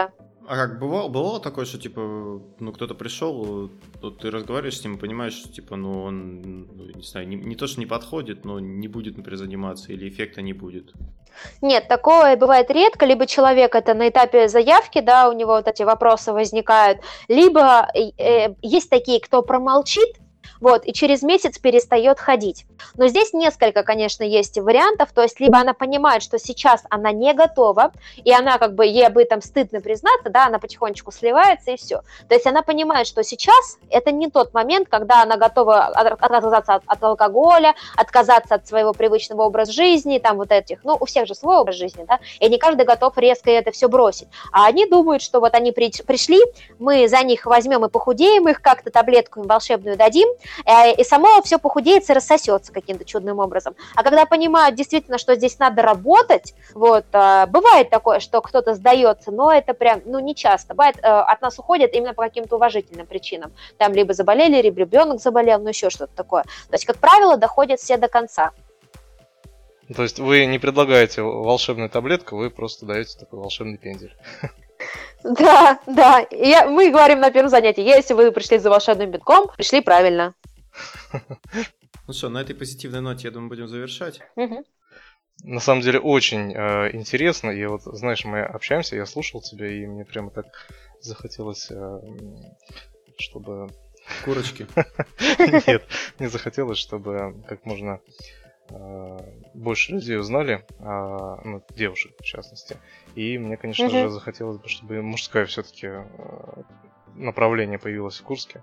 А как бывало, бывало такое, что типа, ну кто-то пришел, вот ты разговариваешь с ним и понимаешь, что типа, ну он, ну, не знаю, не, не то, что не подходит, но не будет, например, заниматься, или эффекта не будет. Нет, такое бывает редко, либо человек это на этапе заявки, да, у него вот эти вопросы возникают, либо э, есть такие, кто промолчит, вот, и через месяц перестает ходить. Но здесь несколько, конечно, есть вариантов, то есть либо она понимает, что сейчас она не готова, и она как бы, ей об этом стыдно признаться, да, она потихонечку сливается и все. То есть она понимает, что сейчас это не тот момент, когда она готова отказаться от, от алкоголя, отказаться от своего привычного образа жизни, там вот этих, ну, у всех же свой образ жизни, да, и не каждый готов резко это все бросить. А они думают, что вот они при, пришли, мы за них возьмем и похудеем их, как-то таблетку им волшебную дадим, и само все похудеется и рассосется каким-то чудным образом. А когда понимают действительно, что здесь надо работать, вот, бывает такое, что кто-то сдается, но это прям, ну, не часто. Бывает, от нас уходят именно по каким-то уважительным причинам. Там либо заболели, либо ребенок заболел, ну, еще что-то такое. То есть, как правило, доходят все до конца. То есть вы не предлагаете волшебную таблетку, вы просто даете такой волшебный пендель. Да, да. Я, мы говорим на первом занятии, если вы пришли за волшебным битком, пришли правильно. Ну что, на этой позитивной ноте, я думаю, будем завершать. Угу. На самом деле очень э, интересно, и вот, знаешь, мы общаемся, я слушал тебя, и мне прямо так захотелось, э, чтобы... Курочки? Нет, мне захотелось, чтобы как можно э, больше людей узнали, э, ну, девушек в частности. И мне, конечно же, захотелось бы, чтобы мужское все-таки э, направление появилось в Курске.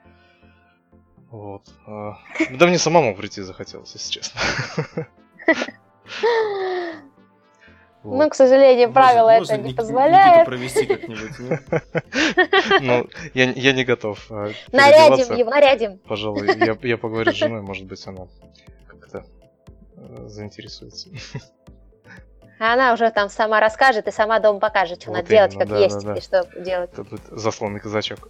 Вот. Да мне самому прийти захотелось, если честно. Вот. Ну, к сожалению, правила можно, это можно не позволяют. Провести как-нибудь, нет? Ну, я, я не готов. Нарядим его, нарядим. Пожалуй, я, я поговорю с женой, может быть, она как-то заинтересуется. Она уже там сама расскажет и сама дома покажет, что вот надо именно, делать, как да, есть, да, да. И что делать. Это будет засланный казачок.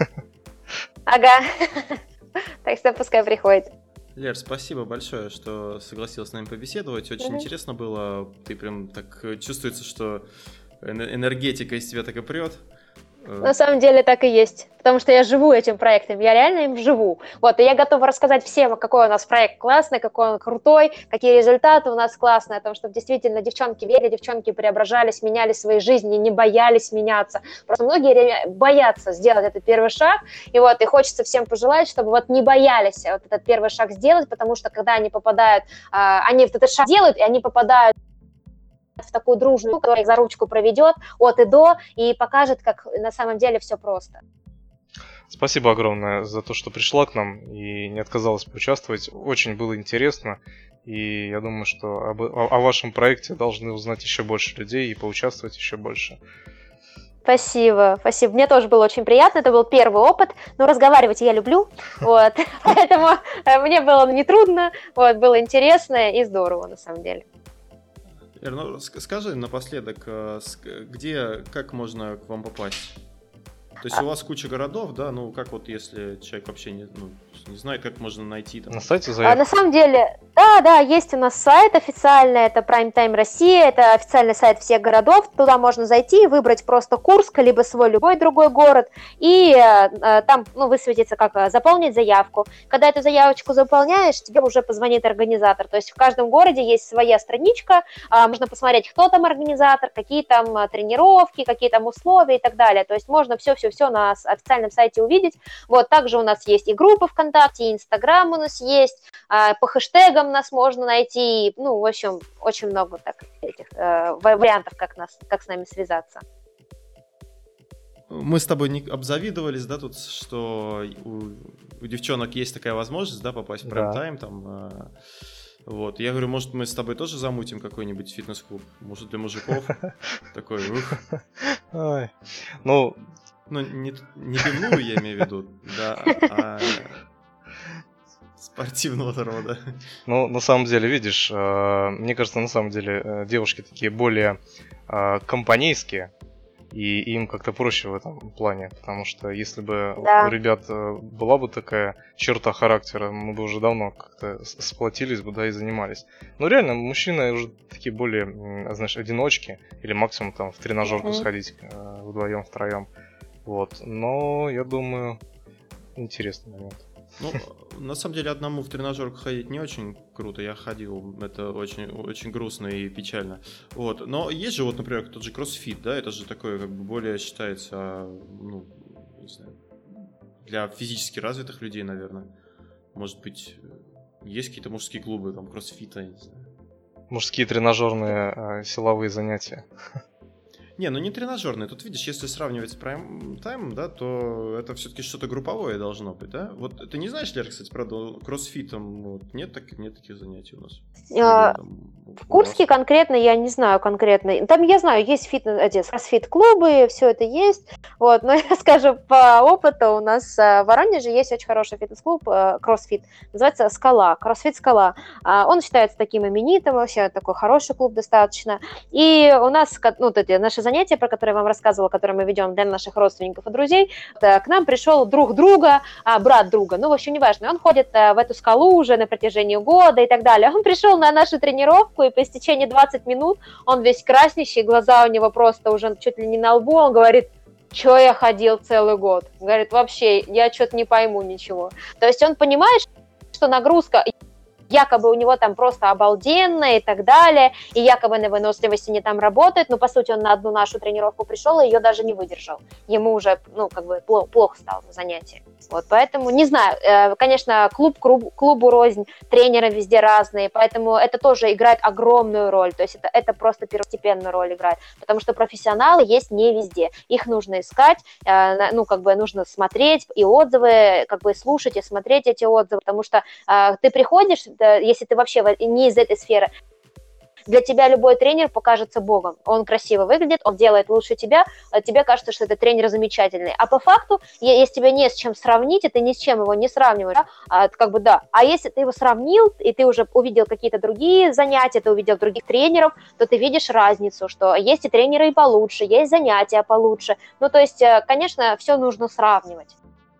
Ага. Так что пускай приходит. Лер, спасибо большое, что согласилась с нами побеседовать. Очень mm-hmm. интересно было. Ты прям так чувствуется, что энергетика из тебя так и прет. На самом деле так и есть, потому что я живу этим проектом, я реально им живу. Вот, и я готова рассказать всем, какой у нас проект классный, какой он крутой, какие результаты у нас классные, о том, чтобы действительно девчонки верили, девчонки преображались, меняли свои жизни, не боялись меняться. Просто многие боятся сделать этот первый шаг, и вот, и хочется всем пожелать, чтобы вот не боялись вот этот первый шаг сделать, потому что когда они попадают, они вот этот шаг делают, и они попадают в такую дружную, которая их за ручку проведет от и до и покажет, как на самом деле все просто. Спасибо огромное за то, что пришла к нам и не отказалась поучаствовать. Очень было интересно. И я думаю, что об, о, о вашем проекте должны узнать еще больше людей и поучаствовать еще больше. Спасибо, спасибо. Мне тоже было очень приятно. Это был первый опыт. Но разговаривать я люблю. Вот. Поэтому мне было нетрудно. Вот. Было интересно и здорово, на самом деле. Ир, ну скажи напоследок, где, как можно к вам попасть? То есть у вас куча городов, да? Ну как вот если человек вообще не, ну, не знает, как можно найти там? На сайте заявку. А, на самом деле, да, да, есть у нас сайт официальный, это Prime Time Россия, это официальный сайт всех городов. Туда можно зайти, выбрать просто Курск, либо свой любой другой город, и э, там, ну, высветится, как заполнить заявку. Когда эту заявочку заполняешь, тебе уже позвонит организатор. То есть в каждом городе есть своя страничка, э, можно посмотреть, кто там организатор, какие там тренировки, какие там условия и так далее. То есть можно все-все все на официальном сайте увидеть. Вот, также у нас есть и группы ВКонтакте, и Инстаграм у нас есть, а, по хэштегам нас можно найти, ну, в общем, очень много так, этих э, вариантов, как, нас, как с нами связаться. Мы с тобой не обзавидовались, да, тут, что у, у девчонок есть такая возможность, да, попасть в прайм-тайм, да. Там... Э, вот, я говорю, может, мы с тобой тоже замутим какой-нибудь фитнес-клуб, может, для мужиков, такой, ух. Ну... Ну, не, не пивную, я имею в виду, да, а спортивного рода. Ну, на самом деле, видишь, мне кажется, на самом деле девушки такие более компанейские, и им как-то проще в этом плане, потому что если бы Да. у ребят э, была бы такая черта характера, мы бы уже давно как-то с- сплотились бы, да, и занимались. Но реально, мужчины уже такие более, м, знаешь, одиночки, или максимум там в тренажерку Мгм. сходить э, вдвоем, втроем. Вот. Но я думаю, интересный момент. Ну, на самом деле, одному в тренажерку ходить не очень круто. Я ходил, это очень, очень грустно и печально. Вот. Но есть же, вот, например, тот же кроссфит, да, это же такое, как бы, более считается, ну, не знаю, для физически развитых людей, наверное. Может быть, есть какие-то мужские клубы, там, кроссфита, я не знаю. Мужские тренажерные э, силовые занятия. Не, ну не тренажерные. Тут, видишь, если сравнивать с прайм-таймом, да, то это все-таки что-то групповое должно быть, да? Вот ты не знаешь, Лер, кстати, правда, кроссфитом вот, нет, так, нет таких занятий у нас? А, Или там В у вас? Курске конкретно я не знаю конкретно. Там я знаю, есть фитнес, эти кроссфит-клубы, все это есть. Вот, но я скажу по опыту, у нас э, в Воронеже есть очень хороший фитнес-клуб, э, кроссфит, называется «Скала», кроссфит «Скала». А, Он считается таким именитым, вообще такой хороший клуб достаточно. И у нас, ка- ну, вот эти наши занятия, про которые я вам рассказывала, которые мы ведем для наших родственников и друзей, э, к нам пришел друг друга, а, брат друга, ну, в общем, неважно, он ходит э, в эту скалу уже на протяжении года и так далее. Он пришел на нашу тренировку, и по истечении двадцати минут он весь краснющий, глаза у него просто уже чуть ли не на лбу, он говорит: "Чё я ходил целый год?" Говорит: "Вообще, я что-то не пойму ничего". То есть он понимает, что нагрузка якобы у него там просто обалденная и так далее, и якобы на выносливости не там работает, но по сути он на одну нашу тренировку пришел и ее даже не выдержал. Ему уже, ну, как бы плохо стало на занятии. Вот, поэтому, не знаю, э, конечно, клуб клуб, клубу рознь, тренеры везде разные, поэтому это тоже играет огромную роль, то есть это, это просто первостепенную роль играет, потому что профессионалы есть не везде, их нужно искать, э, ну, как бы нужно смотреть и отзывы, как бы слушать и смотреть эти отзывы, потому что э, ты приходишь, если ты вообще не из этой сферы, для тебя любой тренер покажется богом. Он красиво выглядит, он делает лучше тебя, тебе кажется, что этот тренер замечательный. А по факту, если тебя не с чем сравнить, и ты ни с чем его не сравниваешь, да, а, как бы да. А если ты его сравнил, и ты уже увидел какие-то другие занятия, ты увидел других тренеров, то ты видишь разницу, что есть и тренеры и получше, есть занятия получше. Ну, то есть, конечно, все нужно сравнивать.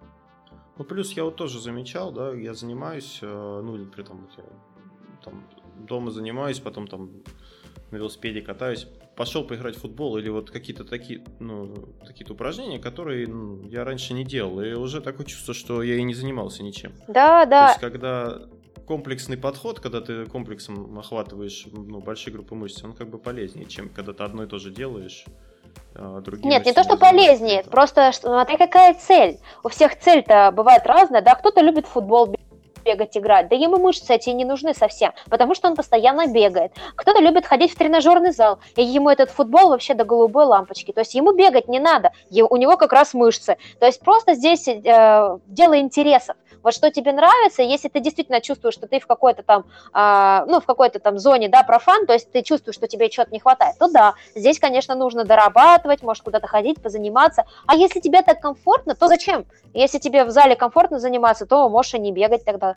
Ну, плюс я вот тоже замечал, да, я занимаюсь, ну, при том, я там дома занимаюсь, потом там на велосипеде катаюсь, пошел поиграть в футбол или вот какие-то такие, ну, какие-то упражнения, которые, ну, я раньше не делал, и уже такое чувство, что я и не занимался ничем. Да, да. То есть, когда комплексный подход, когда ты комплексом охватываешь, ну, большие группы мышц, он как бы полезнее, чем когда ты одно и то же делаешь. Другие Нет, не то, что полезнее, просто смотри, какая цель. У всех цель-то бывает разная, да, кто-то любит футбол, бегать, играть, да ему мышцы эти не нужны совсем, потому что он постоянно бегает. Кто-то любит ходить в тренажерный зал, и ему этот футбол вообще до голубой лампочки, то есть ему бегать не надо, у него как раз мышцы. То есть просто здесь э, дело интересов. Вот что тебе нравится, если ты действительно чувствуешь, что ты в какой-то там, э, ну, в какой-то там зоне, да, профан, то есть ты чувствуешь, что тебе чего-то не хватает, то да, здесь, конечно, нужно дорабатывать, может куда-то ходить, позаниматься. А если тебе так комфортно, то зачем? Если тебе в зале комфортно заниматься, то можешь и не бегать тогда.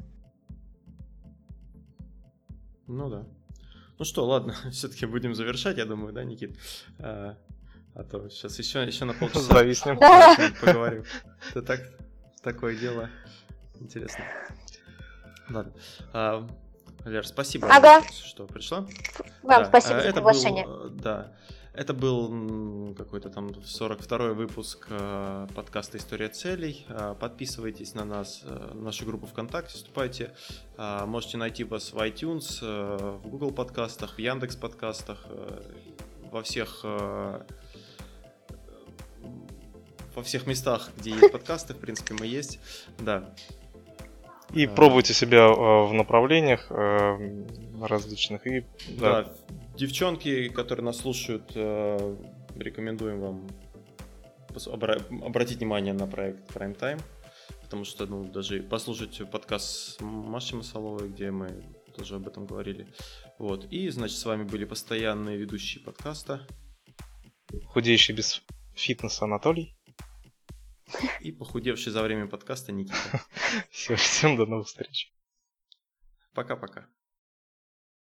Ну да. Ну что, ладно, все-таки будем завершать, я думаю, да, Никит? А, а то сейчас еще, еще на полчаса зависнем. Поговорим. Это так, такое дело. Интересно. Ладно. А, Лер, спасибо, ага. что пришла. Вам да, спасибо за это приглашение. Был, да, это был какой-то там сорок второй выпуск э, подкаста «История целей». Э, подписывайтесь на нас, э, на нашу группу ВКонтакте, вступайте. Э, можете найти вас в iTunes, э, в Google подкастах, в Яндекс подкастах, э, во всех... Э, во всех местах, где есть подкасты, в принципе, мы есть. Да. И пробуйте себя в направлениях различных. И, да. да, девчонки, которые нас слушают, рекомендуем вам обратить внимание на проект Prime Time, потому что, ну, даже послушать подкаст Маши Масаловой, где мы тоже об этом говорили. Вот. И, значит, с вами были постоянные ведущие подкаста. Худеющий без фитнеса Анатолий. И похудевший за время подкаста Никита. Все, всем до новых встреч. Пока-пока.